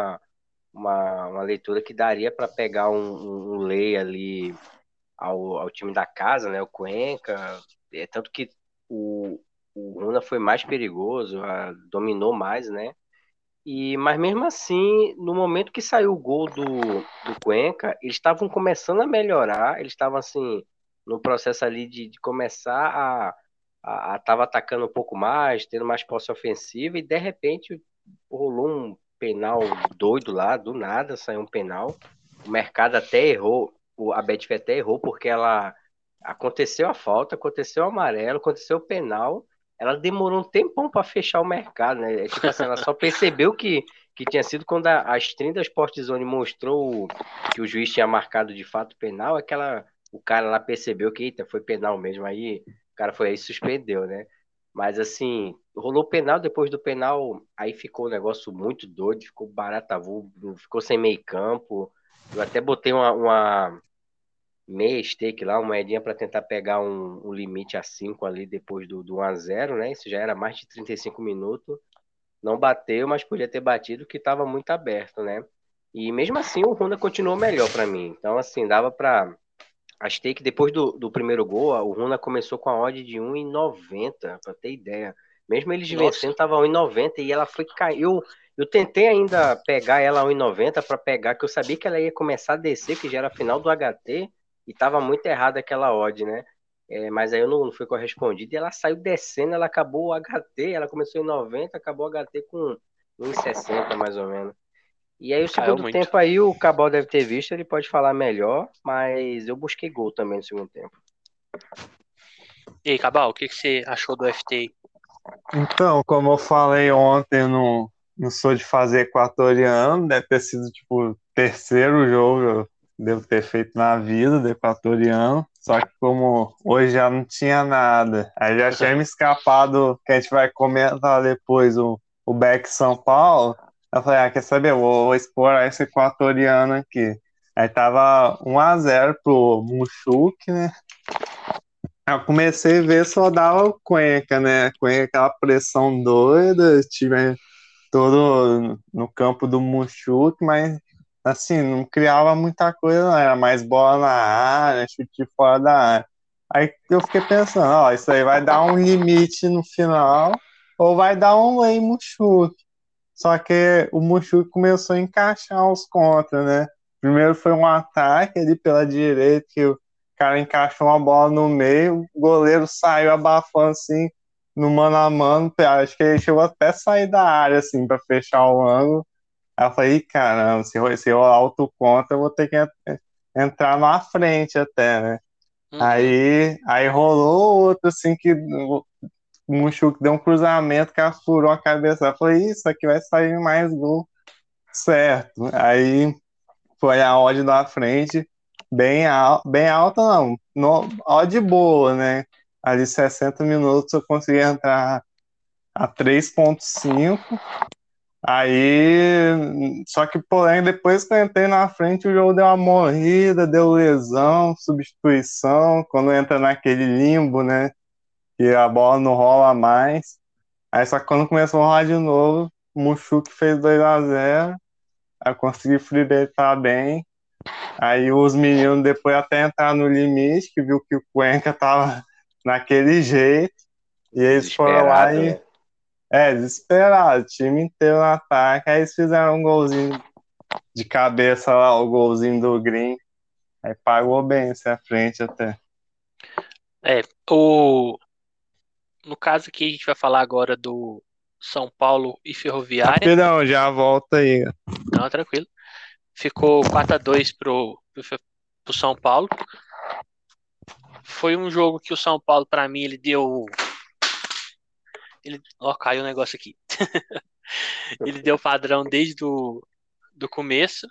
uma leitura que daria para pegar um lay ali ao time da casa, né? O Cuenca. Tanto que o, o Runa foi mais perigoso, dominou mais, né? Mas mesmo assim, no momento que saiu o gol do Cuenca, eles estavam começando a melhorar, eles estavam assim, no processo ali de começar tava atacando um pouco mais, tendo mais posse ofensiva, e de repente rolou um penal doido lá, do nada saiu um penal. O mercado até errou, a Betfair até errou, porque ela aconteceu a falta, aconteceu o amarelo, aconteceu o penal, ela demorou um tempão para fechar o mercado, né? Tipo assim, ela só percebeu que tinha sido quando a stream da Sport Zone mostrou que o juiz tinha marcado de fato penal, o cara lá percebeu que, eita, foi penal mesmo, aí o cara foi aí e suspendeu, né? Mas assim, rolou penal, depois do penal, aí ficou um negócio muito doido, ficou barata, ficou sem meio campo. Eu até botei uma meia stake lá, uma moedinha para tentar pegar um limite a 5 ali depois do 1-0, né? Isso já era mais de 35 minutos. Não bateu, mas podia ter batido, que estava muito aberto, né? E mesmo assim o Runa continuou melhor para mim. Então, assim, dava para. A stake, depois do primeiro gol, o Runa começou com a odd de 1,90, para ter ideia. Mesmo eles Nossa, vencendo, tava 1,90 e ela foi cair. Eu tentei ainda pegar ela a 1,90 para pegar, que eu sabia que ela ia começar a descer, que já era final do HT, e tava muito errada aquela odd, né? Mas aí eu não fui correspondido e ela saiu descendo, ela acabou o HT, ela começou em 90, acabou o HT com 1,60 mais ou menos. E aí o caiu segundo muito. tempo aí o Cabal deve ter visto, ele pode falar melhor, mas eu busquei gol também no segundo tempo. E aí, Cabal, o que você achou do FT? Então, como eu falei ontem, eu não sou de fazer equatoriano, deve ter sido tipo o terceiro jogo que eu devo ter feito na vida de equatoriano. Só que como hoje já não tinha nada, aí já tinha me escapado, que a gente vai comentar depois, o Beck São Paulo. Eu falei, quer saber? Eu vou explorar esse equatoriano aqui. Aí tava 1-0 pro Muxuque, né? Eu comecei a ver só dava o Cuenca, né? Cuenca, aquela pressão doida, time todo no campo do Muxuque, mas assim, não criava muita coisa, não. Era mais bola na área, chute fora da área. Aí eu fiquei pensando, ó, isso aí vai dar um limite no final, ou vai dar um lay Muxuque. Só que o Muxuque começou a encaixar os contras, né? Primeiro foi um ataque ali pela direita, que o cara encaixou uma bola no meio, o goleiro saiu abafando assim, no mano a mano. Acho que ele chegou até a sair da área, assim, para fechar o ângulo. Aí eu falei, caramba, se eu auto conta, eu vou ter que entrar na frente até, né? Uhum. Aí rolou outro, assim, que o Muxuque deu um cruzamento, que ela furou a cabeça. Eu falei, isso aqui vai sair mais gol. Certo. Aí foi a odd da frente, bem alta não, odd boa, né? Ali 60 minutos eu consegui entrar a 3,5. Aí, só que porém, depois que eu entrei na frente, o jogo deu uma morrida, deu lesão, substituição, quando entra naquele limbo, né? Que a bola não rola mais. Aí só que quando começou a rolar de novo, o Muxuque fez 2-0, aí eu consegui fritar bem. Aí os meninos depois até entraram no limite, que viu que o Cuenca tava naquele jeito, e eles foram lá Desesperado, e, né? desesperado, o time inteiro no ataque, aí eles fizeram um golzinho de cabeça lá, o golzinho do Green, aí pagou bem essa frente até. É, o, no caso aqui, a gente vai falar agora do São Paulo e Ferroviária. Rapidão, já volta aí. Não, tranquilo. Ficou 4-2 pro São Paulo. Foi um jogo que o São Paulo, pra mim, ele deu. Ó, caiu o negócio aqui. Ele deu padrão desde do começo.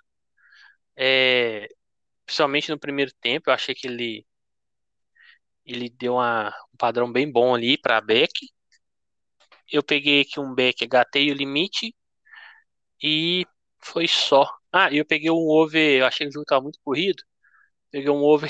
É, principalmente no primeiro tempo, eu achei que ele deu um padrão bem bom ali pra back. Eu peguei aqui um back, gatei o limite e foi só. Ah, e eu peguei um over, eu achei que o jogo tava muito corrido. Peguei um over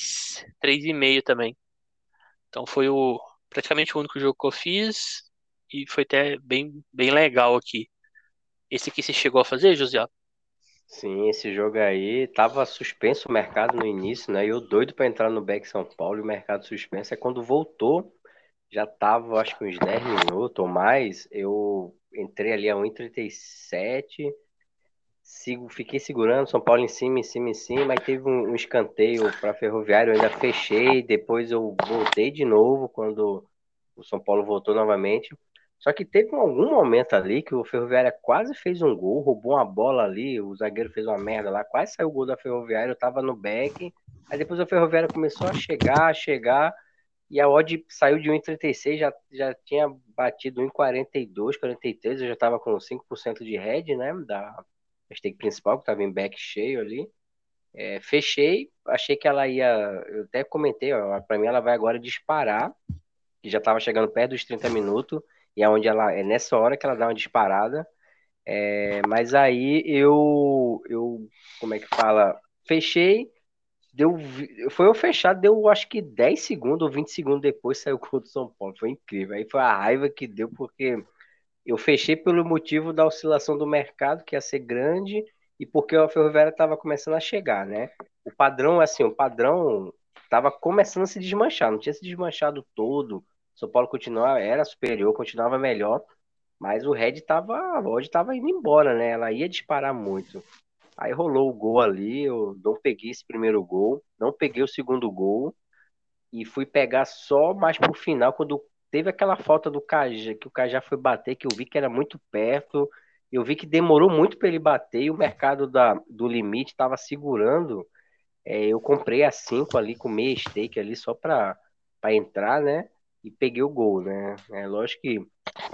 3,5 também. Então foi praticamente o único jogo que eu fiz e foi até bem legal aqui. Esse aqui você chegou a fazer, José? Sim, esse jogo aí tava suspenso o mercado no início, né? E eu doido pra entrar no Beck São Paulo e o mercado suspenso. É quando voltou, já tava acho que uns 10 minutos ou mais. Eu entrei ali a 1,37, fiquei segurando São Paulo em cima, em cima, em cima. Aí teve um escanteio para Ferroviário, eu ainda fechei. Depois eu voltei de novo quando o São Paulo voltou novamente. Só que teve algum momento ali que o Ferroviária quase fez um gol, roubou uma bola ali, o zagueiro fez uma merda lá, quase saiu o gol da Ferroviária, eu tava no back. Aí depois a Ferroviária começou a chegar, e a odd saiu de 1,36, já tinha batido 1,42, 43, eu já tava com 5% de head, né, da stake principal, que tava em back cheio ali. Fechei, achei que ela ia, eu até comentei, ó, pra mim ela vai agora disparar, que já estava chegando perto dos 30 minutos, e é onde ela é nessa hora que ela dá uma disparada. Mas aí como é que fala? Fechei, foi eu fechar, deu acho que 10 segundos ou 20 segundos depois saiu o gol do São Paulo. Foi incrível. Aí foi a raiva que deu, porque eu fechei pelo motivo da oscilação do mercado, que ia ser grande, e porque a Ferroviária estava começando a chegar, né? O padrão, assim, o padrão estava começando a se desmanchar, não tinha se desmanchado todo. São Paulo continuava, era superior, continuava melhor, mas a odd estava indo embora, né? Ela ia disparar muito. Aí rolou o gol ali, eu não peguei esse primeiro gol, não peguei o segundo gol, e fui pegar só mais pro final, quando teve aquela falta do Cajá, que o Cajá foi bater, que eu vi que era muito perto, eu vi que demorou muito para ele bater, e o mercado do limite estava segurando. Eu comprei a 5 ali, com meia stake ali, só para entrar, né? E peguei o gol, né? Lógico que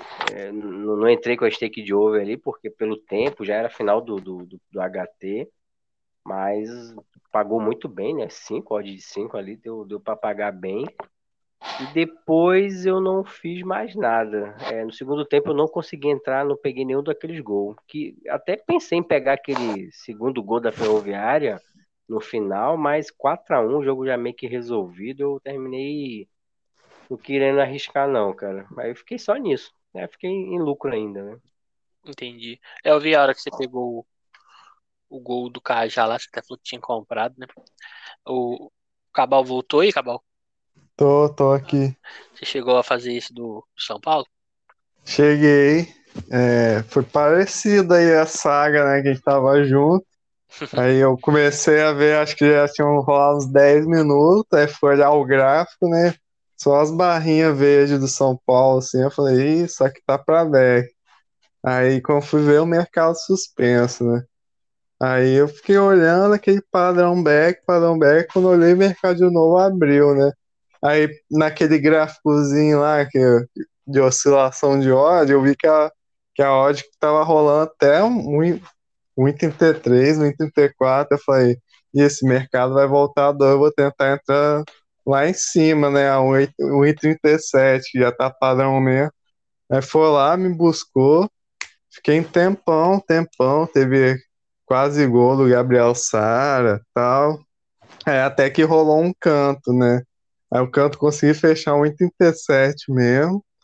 não entrei com a stake de over ali, porque pelo tempo já era final do HT, mas pagou muito bem, né? 5 odd de 5 ali, deu para pagar bem. E depois eu não fiz mais nada. No segundo tempo eu não consegui entrar, não peguei nenhum daqueles gols. Que até pensei em pegar aquele segundo gol da Ferroviária no final, mas 4-1, o jogo já meio que resolvido, eu terminei não querendo arriscar não, cara. Aí eu fiquei só nisso, né? Fiquei em lucro ainda, né? Entendi. Eu vi a hora que você pegou o gol do Cajá lá, você até falou que tinha comprado, né? O Cabal voltou aí, Cabal? Tô aqui. Você chegou a fazer isso do São Paulo? Cheguei. Foi parecido aí a saga, né, que a gente tava junto. Aí eu comecei a ver, acho que já tinham rolado uns 10 minutos, aí fui olhar o gráfico, né? Só as barrinhas verdes do São Paulo, assim, eu falei, isso aqui tá pra back. Aí quando fui ver o mercado suspenso, né? Aí eu fiquei olhando aquele padrão back, quando eu olhei o mercado de novo abriu, né? Aí naquele gráficozinho lá de oscilação de odd, eu vi que a odd tava rolando até um 1,33, 1,34. Eu falei, e esse mercado vai voltar a dor, eu vou tentar entrar lá em cima, né? A 1,37, que já tá padrão mesmo. Aí foi lá, me buscou, fiquei um tempão, teve quase gol do Gabriel Sara, tal. Até que rolou um canto, né? Aí o canto consegui fechar um 1,37 mesmo.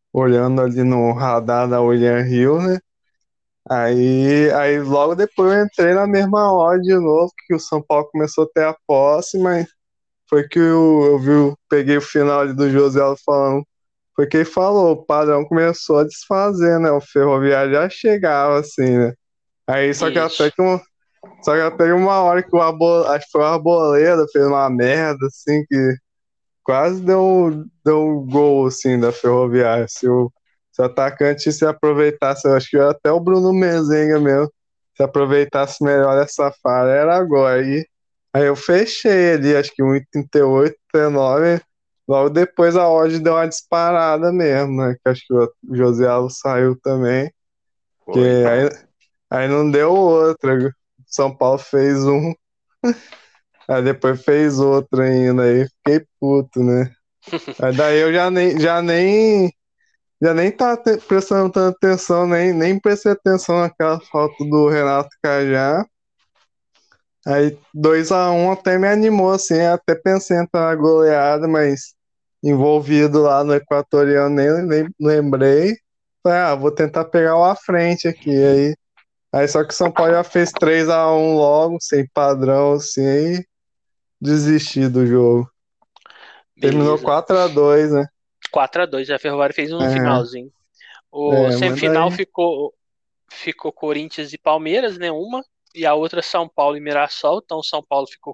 olhando ali no radar da William Hill, né? Aí logo depois eu entrei na mesma hora de novo, que o São Paulo começou a ter a posse, mas foi que eu vi, peguei o final ali do José Aldo falando, foi que ele falou, o padrão começou a desfazer, né? O Ferroviário já chegava assim, né? Aí Isso. só que até uma hora que acho que foi o Arboleda fez uma merda, assim, que quase deu um gol, assim, da Ferroviária. Se o atacante se aproveitasse, eu acho que até o Bruno Mezenga mesmo, se aproveitasse melhor essa falha, era agora. Aí eu fechei ali, acho que 1,38, 39. Logo depois a odd deu uma disparada mesmo, né? Que acho que o José Alves saiu também. Que Foi. aí não deu outra. São Paulo fez um, aí depois fez outro ainda. Aí fiquei puto, né? Aí daí eu já nem tava prestando tanta atenção, nem prestei atenção naquela falta do Renato Cajá. Aí 2-1 até me animou, assim, até pensei em entrar na goleada, mas envolvido lá no Equatoriano nem lembrei. Falei, vou tentar pegar o à frente aqui. Aí só que o São Paulo já fez 3-1 logo, sem padrão, assim, aí desisti do jogo. Terminou Beleza. 4-2, né? 4-2. A Ferroviária fez um no É, finalzinho. O mas semifinal daí. ficou Corinthians e Palmeiras, né? Uma. E a outra São Paulo e Mirassol. Então São Paulo ficou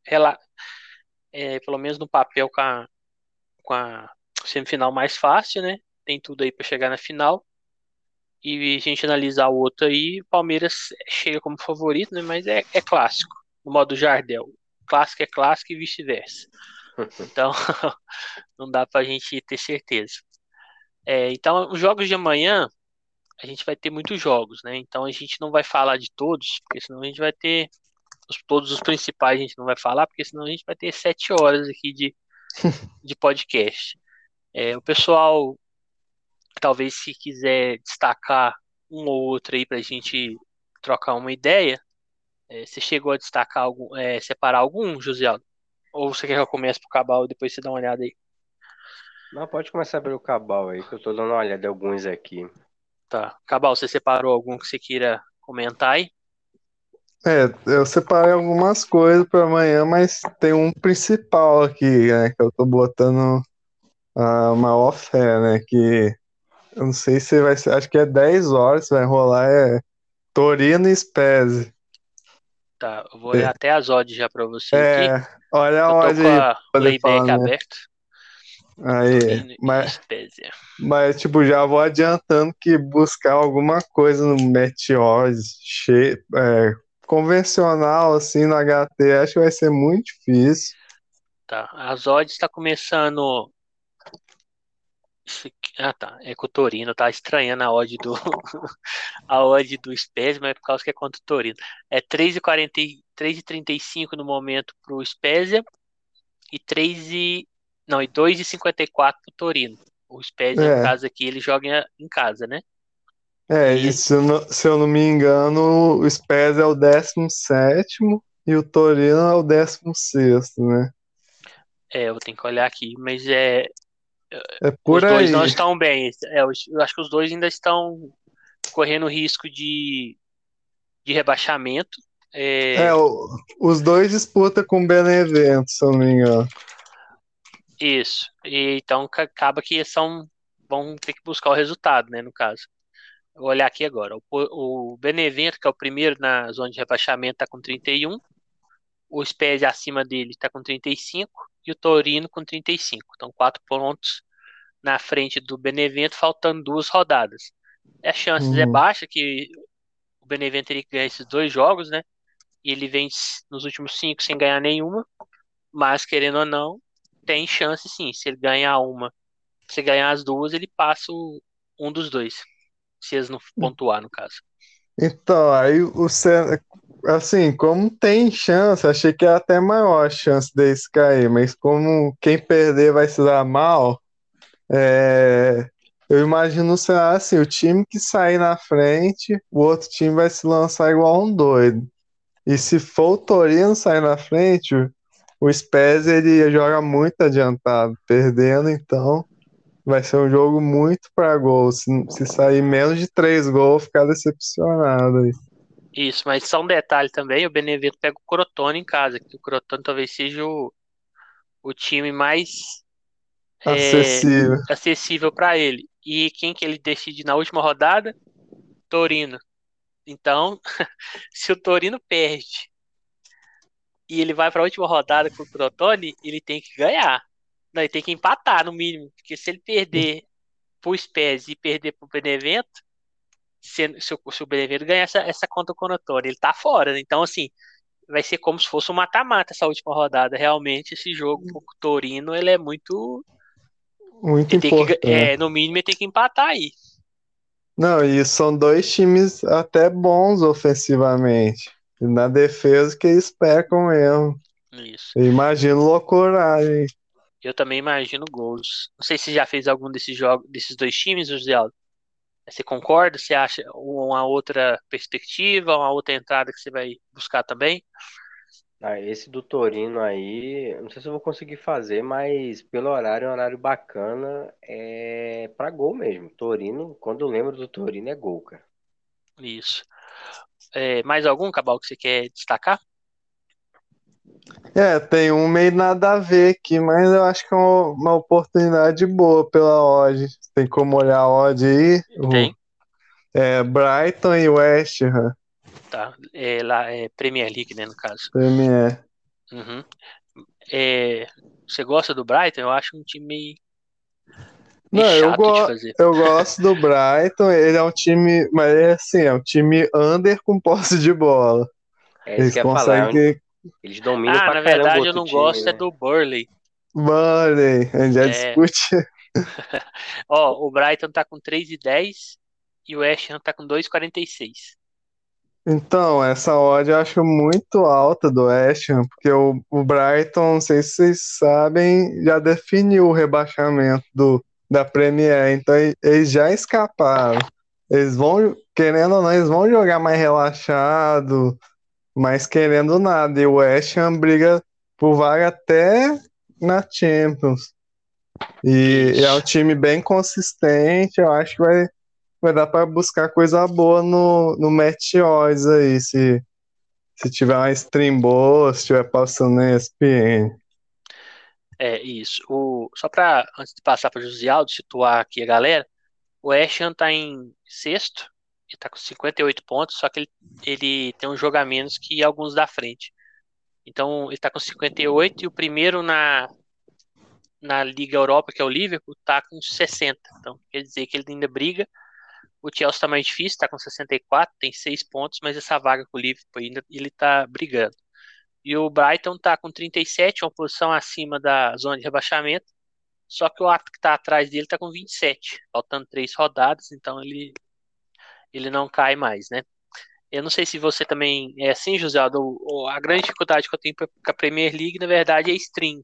pelo menos no papel com a semifinal mais fácil, né? Tem tudo aí para chegar na final. E a gente analisar o outro aí, Palmeiras chega como favorito, né? Mas é clássico, no modo Jardel. Clássico é clássico e vice-versa. Então, não dá pra gente ter certeza. Então, os jogos de amanhã, a gente vai ter muitos jogos, né? Então, a gente não vai falar de todos, porque senão a gente vai ter todos os principais, a gente não vai falar, porque senão a gente vai ter 7 horas aqui de podcast. O pessoal, talvez, se quiser destacar um ou outro aí pra gente trocar uma ideia. Você chegou a destacar separar algum, José Aldo? Ou você quer que eu comece pro Cabal e depois você dá uma olhada aí? Mas pode começar pelo Cabal aí, que eu tô dando uma olhada em alguns aqui. Tá. Cabal, você separou algum que você queira comentar aí? Eu separei algumas coisas para amanhã, mas tem um principal aqui, né? Que eu tô botando a maior fé, né? Que eu não sei se vai ser, acho que é 10 horas, vai rolar, Torino e Spezia. Tá, eu vou olhar até as odds já pra você aqui. É, olha a Eu tô hora com aí pra a poder playback falar, né? aberta. Aí, Torino e mas, Spezia. mas, tipo, já vou adiantando que buscar alguma coisa no Meteors, convencional, assim, no HT, acho que vai ser muito difícil. Tá, as odds tá começando. Ah, tá. É com o Torino, tá estranhando a odd do a odd do Spezia, mas é por causa que é contra o Torino. É 3,40, 3,35 no momento pro Spezia e 3 e não, e 2,54 pro Torino. O Spezia, no É, caso aqui, ele joga em casa, né? e E se eu não me engano, o Spezia é o 17º e o Torino é o 16º, né? eu tenho que olhar aqui, mas É os por dois não aí. estão bem. Eu acho que os dois ainda estão correndo risco de rebaixamento. É, Os dois disputam com o Benevento, se eu não me engano. isso. E então acaba que vão ter que buscar o resultado, né, no caso. Vou olhar aqui agora. O Benevento, que é o primeiro na zona de rebaixamento, está com 31. O Spezia acima dele está com 35. E o Torino com 35. Então, 4 pontos na frente do Benevento, faltando 2 rodadas. As chances é Uhum. baixa que o Benevento teria que ganhar esses 2 jogos, né? E ele vem nos últimos 5 sem ganhar nenhuma. Mas, querendo ou não, tem chance sim. Se ele ganhar uma, se ganhar as duas, ele passa um dos dois. Se eles não pontuar, no caso. Então, aí assim, como tem chance, achei que era até maior a chance desse cair, mas como quem perder vai se dar mal, eu imagino, sei lá, assim, o time que sair na frente, o outro time vai se lançar igual um doido. E se for o Torino sair na frente, o Spezia ele joga muito adiantado, perdendo, então. vai ser um jogo muito pra gol. Se sair menos de 3 gols, eu vou ficar decepcionado aí. Isso, mas só um detalhe também, o Benevento pega o Crotone em casa, que o Crotone talvez seja o time mais é, Acessível. acessível para ele. E quem que ele decide na última rodada? Torino. Então, se o Torino perde e ele vai para a última rodada com o Crotone, ele tem que ganhar. Não, ele tem que empatar no mínimo, porque se ele perder pro Spezia e perder pro Benevento, se o Benevento ganhar essa conta com o Crotone, ele tá fora, né? Então, assim, vai ser como se fosse um mata-mata essa última rodada. Realmente, esse jogo pro Torino, ele é muito. Muito Ele tem que, importante. no mínimo, ele tem que empatar aí. Não, e são dois times até bons ofensivamente. E na defesa que eles pecam mesmo. Isso. Eu imagino loucuragem. Eu também imagino gols. Não sei se você já fez algum desses jogos, desses dois times, José Aldo. Você concorda? Você acha uma outra perspectiva, uma outra entrada que você vai buscar também? Ah, esse do Torino aí, não sei se eu vou conseguir fazer, mas pelo horário, é um horário bacana, é pra gol mesmo. Torino, quando eu lembro do Torino, é gol, cara. Isso. Mais algum, Cabal, que você quer destacar? Tem um meio nada a ver aqui, mas eu acho que é uma oportunidade boa pela odd. Tem como olhar a odd aí? Tem, Brighton e West Ham, tá? Lá é Premier League, né, no caso. Premier. Uhum. É, você gosta do Brighton? Eu acho um time meio Não, chato de fazer. eu gosto do Brighton. Ele é um time, mas é assim, é um time under com posse de bola. É isso Eles que eu ia falar, conseguem. eles dominam Ah, pra na caramba o verdade eu outro não time, gosto é né? do Burley. Mano, a gente já É, discute. ó, o Brighton tá com 3,10 e o West Ham tá com 2,46. Então, essa odd eu acho muito alta do West Ham, porque o Brighton, não sei se vocês sabem, já definiu o rebaixamento da Premier, então eles já escaparam. Eles vão, querendo ou não, eles vão jogar mais relaxado, mas querendo nada. E o West Ham briga por vaga até na Champions. E é um Isso. time bem consistente, eu acho que vai dar para buscar coisa boa no Match Odds aí, se tiver uma stream boa, se estiver passando na ESPN. É isso. Só para antes de passar para o José Aldo, situar aqui a galera, o West Ham tá em sexto e tá com 58 pontos, só que ele tem um jogo a menos que alguns da frente. Então ele tá com 58 e o primeiro na Liga Europa, que é o Liverpool, tá com 60. Então quer dizer que ele ainda briga. O Chelsea tá mais difícil, tá com 64, tem 6 pontos, mas essa vaga com o Liverpool ainda ele tá brigando. E o Brighton tá com 37, uma posição acima da zona de rebaixamento. Só que o Arthur que tá atrás dele tá com 27, faltando 3 rodadas, então ele não cai mais, né? Eu não sei se você também é assim, José Aldo. A grande dificuldade que eu tenho com a Premier League, na verdade, é stream.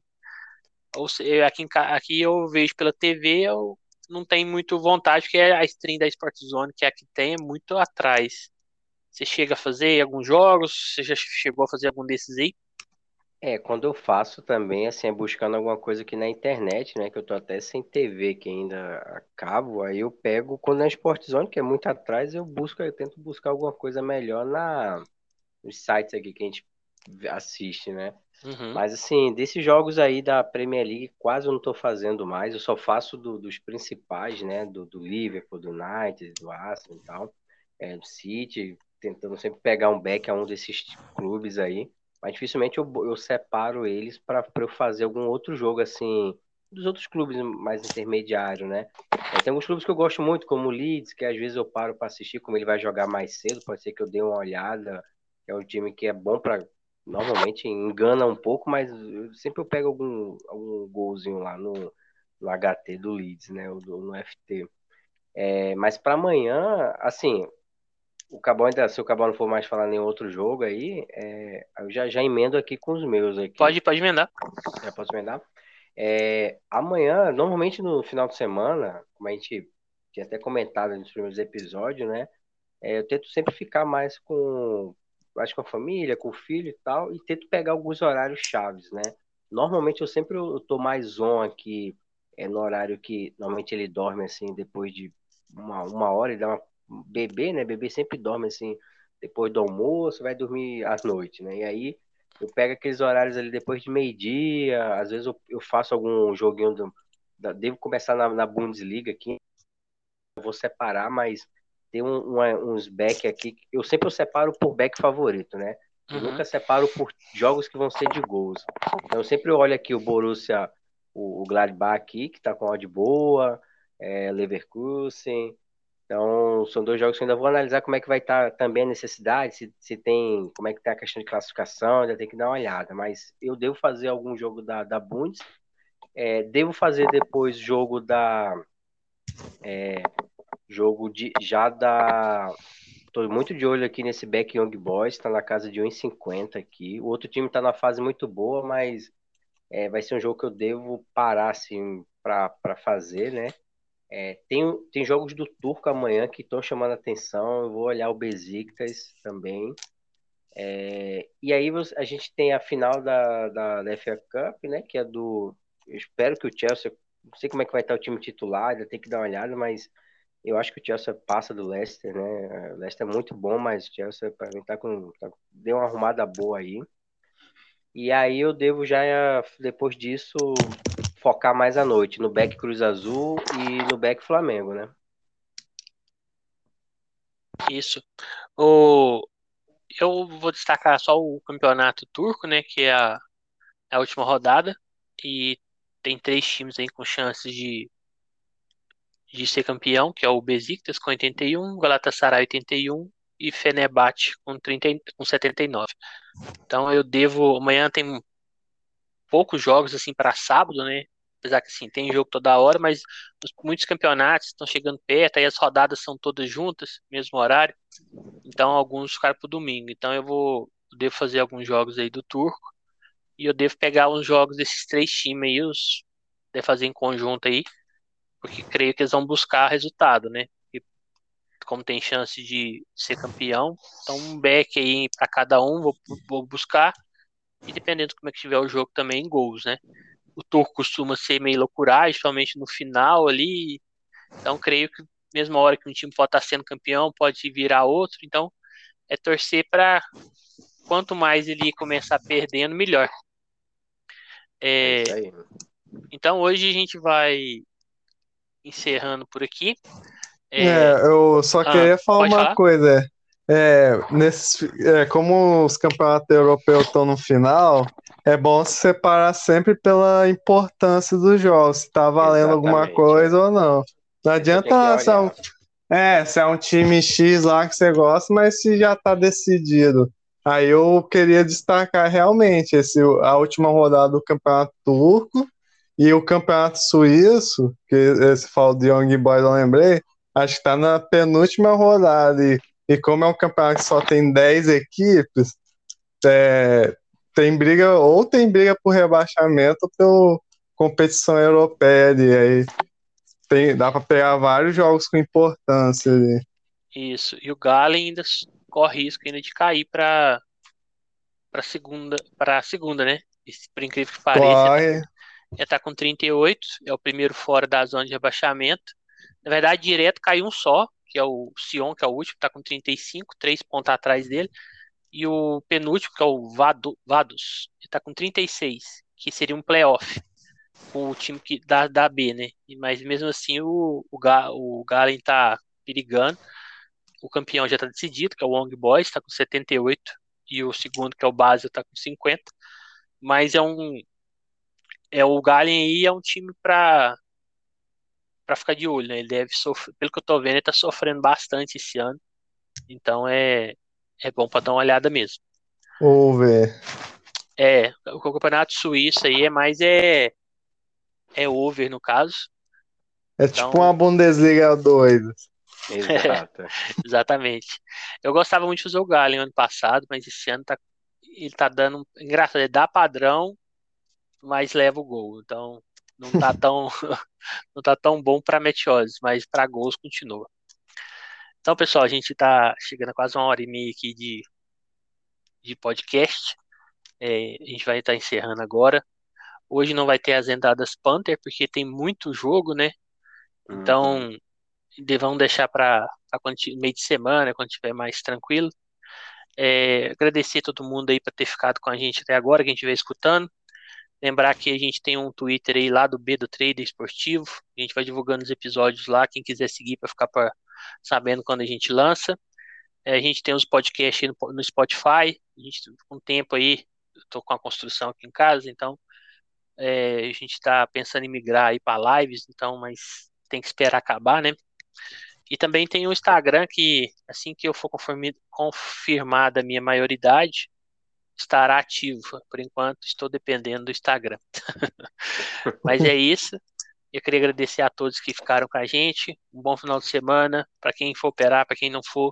Aqui eu vejo pela TV, eu não tenho muito vontade, porque a stream da Sport Zone, que é a que tem, é muito atrás. Você chega a fazer alguns jogos? Você já chegou a fazer algum desses aí? Quando eu faço também, assim, é buscando alguma coisa aqui na internet, né? Que eu tô até sem TV que ainda acabo, aí eu pego, quando é Sport Zone, que é muito atrás, eu tento buscar alguma coisa melhor nos sites aqui que a gente assiste, né? Uhum. Mas assim, desses jogos aí da Premier League, quase eu não tô fazendo mais, eu só faço dos principais, né? Do Liverpool, do United, do Arsenal e tal, do City, tentando sempre pegar um back a um desses clubes aí. Mas dificilmente eu separo eles para eu fazer algum outro jogo assim, dos outros clubes mais intermediários, né? Tem alguns clubes que eu gosto muito, como o Leeds, que às vezes eu paro para assistir, como ele vai jogar mais cedo, pode ser que eu dê uma olhada. É um time que é bom para normalmente engana um pouco, mas sempre eu pego algum golzinho lá no HT do Leeds, né? No FT. Mas para amanhã, assim, o Cabal ainda, se o Cabal não for mais falar nenhum outro jogo aí, eu já emendo aqui com os meus aqui. Pode emendar. Já posso emendar? Amanhã, normalmente no final de semana, como a gente tinha até comentado nos primeiros episódios, né? Eu tento sempre ficar mais acho com a família, com o filho e tal, e tento pegar alguns horários chaves, né? Normalmente eu sempre eu tô mais on aqui no horário que normalmente ele dorme assim depois de uma hora, ele dá uma bebê, né? Bebê sempre dorme assim depois do almoço, vai dormir à noite, né? E aí eu pego aqueles horários ali depois de meio-dia, às vezes eu faço algum joguinho devo começar na Bundesliga aqui, eu vou separar, mas tem uns back aqui, eu separo por back favorito, né? Eu Uhum. nunca separo por jogos que vão ser de gols. Então eu sempre olho aqui o Borussia, o Gladbach aqui, que tá com odd boa, Leverkusen. Então são dois jogos que eu ainda vou analisar como é que vai estar também a necessidade, se tem, como é que tá a questão de classificação, ainda tem que dar uma olhada. Mas eu devo fazer algum jogo da Bundes, devo fazer depois jogo já da. Tô muito de olho aqui nesse Back Young Boys, tá na casa de 1,50 aqui. O outro time tá na fase muito boa, mas vai ser um jogo que eu devo parar assim para fazer, né? Tem jogos do Turco amanhã que estão chamando a atenção. Eu vou olhar o Besiktas também. E aí a gente tem a final da FA Cup, né? Que é do. Eu espero que o Chelsea. Não sei como é que vai estar o time titular, ainda tem que dar uma olhada, mas eu acho que o Chelsea passa do Leicester, né? O Leicester é muito bom, mas o Chelsea, para mim, deu uma arrumada boa aí. E aí eu devo já, depois disso, focar mais à noite no back Cruz Azul e no back Flamengo, né? Isso. O, eu vou destacar só o campeonato turco, né? Que é a última rodada. E tem três times aí com chances de ser campeão, que é o Besiktas com 81, o Galatasaray 81 e Fenerbahçe com 79. Então eu devo. Amanhã tem poucos jogos assim para sábado, né? Apesar que assim, tem jogo toda hora, mas muitos campeonatos estão chegando perto, aí as rodadas são todas juntas, mesmo horário. Então alguns ficaram pro domingo. Então eu devo fazer alguns jogos aí do Turco e eu devo pegar uns jogos desses três times aí, devo fazer em conjunto aí, porque creio que eles vão buscar resultado, né? E como tem chance de ser campeão, então um back aí para cada um, vou buscar e dependendo de como é que tiver o jogo também, gols, né? O Turco costuma ser meio loucuragem, principalmente no final ali. Então, creio que mesma hora que um time pode estar sendo campeão, pode virar outro. Então, é torcer para quanto mais ele começar perdendo, melhor. É isso É, aí. então, hoje a gente vai encerrando por aqui. É, Eu só queria falar pode uma falar? coisa. Como os campeonatos europeus estão no final, é bom se separar sempre pela importância dos jogos, se tá valendo alguma Exatamente, coisa ou não. Não Sempre tem que adianta olhar. se é um time X lá que você gosta, mas se já tá decidido. Aí eu queria destacar realmente a última rodada do Campeonato Turco e o Campeonato Suíço, que esse fala de Young Boys, eu lembrei. Acho que tá na penúltima rodada. E como é um campeonato que só tem 10 equipes, é, tem briga por rebaixamento ou por competição europeia ali. Aí dá para pegar vários jogos com importância ali. Isso. E o Galo ainda corre risco ainda de cair para segunda, né? Por incrível que pareça, Corre. tá com 38, é o primeiro fora da zona de rebaixamento. Na verdade, direto caiu um só, que é o Sion, que é o último, tá com 35, 3 pontos atrás dele. E o penúltimo, que é o Vaduz, ele tá com 36, que seria um playoff com o time da B, né? Mas mesmo assim o Galen tá perigando. O campeão já tá decidido, que é o Young Boys, tá com 78. E o segundo, que é o Basel, tá com 50. Mas o Galen aí é um time para ficar de olho, né? Ele deve sofrer, pelo que eu tô vendo, ele tá sofrendo bastante esse ano. Então é bom para dar uma olhada mesmo. Vamos ver. O campeonato suíço aí é over no caso. É tipo uma Então, Bundesliga doida. Exato. exatamente. Eu gostava muito de fazer o Galen ano passado, mas esse ano ele tá dando, engraçado, ele dá padrão, mas leva o gol. Então, não tá tão não tá tão bom para meteoses, mas para gols continua. Então, pessoal, a gente tá chegando a quase 1 hora e meia aqui de podcast. A gente vai estar encerrando agora. Hoje não vai ter as entradas Panther, porque tem muito jogo, né? Uhum. Então, vão deixar para meio de semana, quando estiver mais tranquilo. Agradecer a todo mundo aí por ter ficado com a gente até agora, que a gente estiver escutando. Lembrar que a gente tem um Twitter aí lá do B do Trader Esportivo. A gente vai divulgando os episódios lá. Quem quiser seguir para ficar sabendo quando a gente lança. A gente tem os podcasts aí no Spotify. A gente, com o tempo aí, eu tô com a construção aqui em casa, então a gente está pensando em migrar aí para lives, então, mas tem que esperar acabar, né? E também tem o Instagram que, assim que eu for confirmada a minha maioridade, estará ativo. Por enquanto, estou dependendo do Instagram. Mas é isso. Eu queria agradecer a todos que ficaram com a gente. Um bom final de semana. Para quem for operar, para quem não for.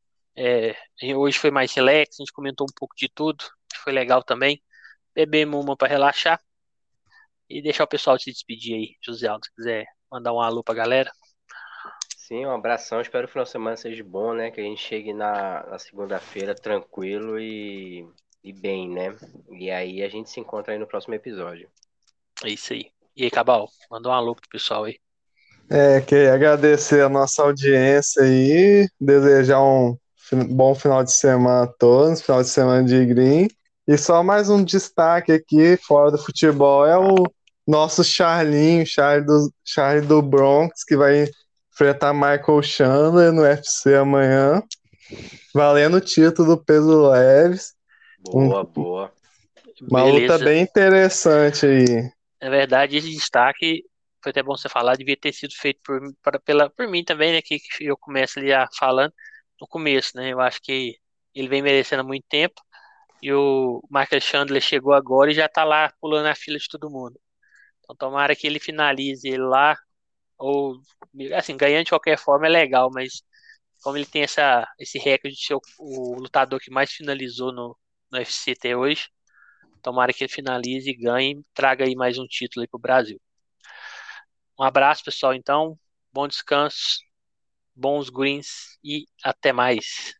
Hoje foi mais relax, a gente comentou um pouco de tudo. Foi legal também. Bebemos uma para relaxar. E deixar o pessoal se despedir aí. José Aldo, se quiser mandar um alô pra galera. Sim, um abração. Espero que o final de semana seja bom, né? Que a gente chegue na segunda-feira tranquilo e bem, né? E aí a gente se encontra aí no próximo episódio. É isso aí. E aí, Cabal, manda um alô pro pessoal aí. Queria agradecer a nossa audiência aí, desejar um bom final de semana a todos, final de semana de green. E só mais um destaque aqui, fora do futebol, é o nosso Charlinho, Charlie do Bronx, que vai enfrentar Michael Chandler no UFC amanhã, valendo o título do peso leves. Boa, boa. Uma luta Beleza. bem interessante aí. Na verdade, esse destaque foi até bom você falar, devia ter sido feito por mim também, né? Que eu começo ali falando no começo, né? Eu acho que ele vem merecendo há muito tempo. E o Michael Chandler chegou agora e já tá lá pulando a fila de todo mundo. Então tomara que ele finalize ele lá. Ou, assim, ganhando de qualquer forma é legal, mas como ele tem esse recorde de ser o lutador que mais finalizou no UFC até hoje, tomara que ele finalize e ganhe e traga aí mais um título aí pro Brasil. Um abraço, pessoal, então. Bom descanso, bons greens e até mais.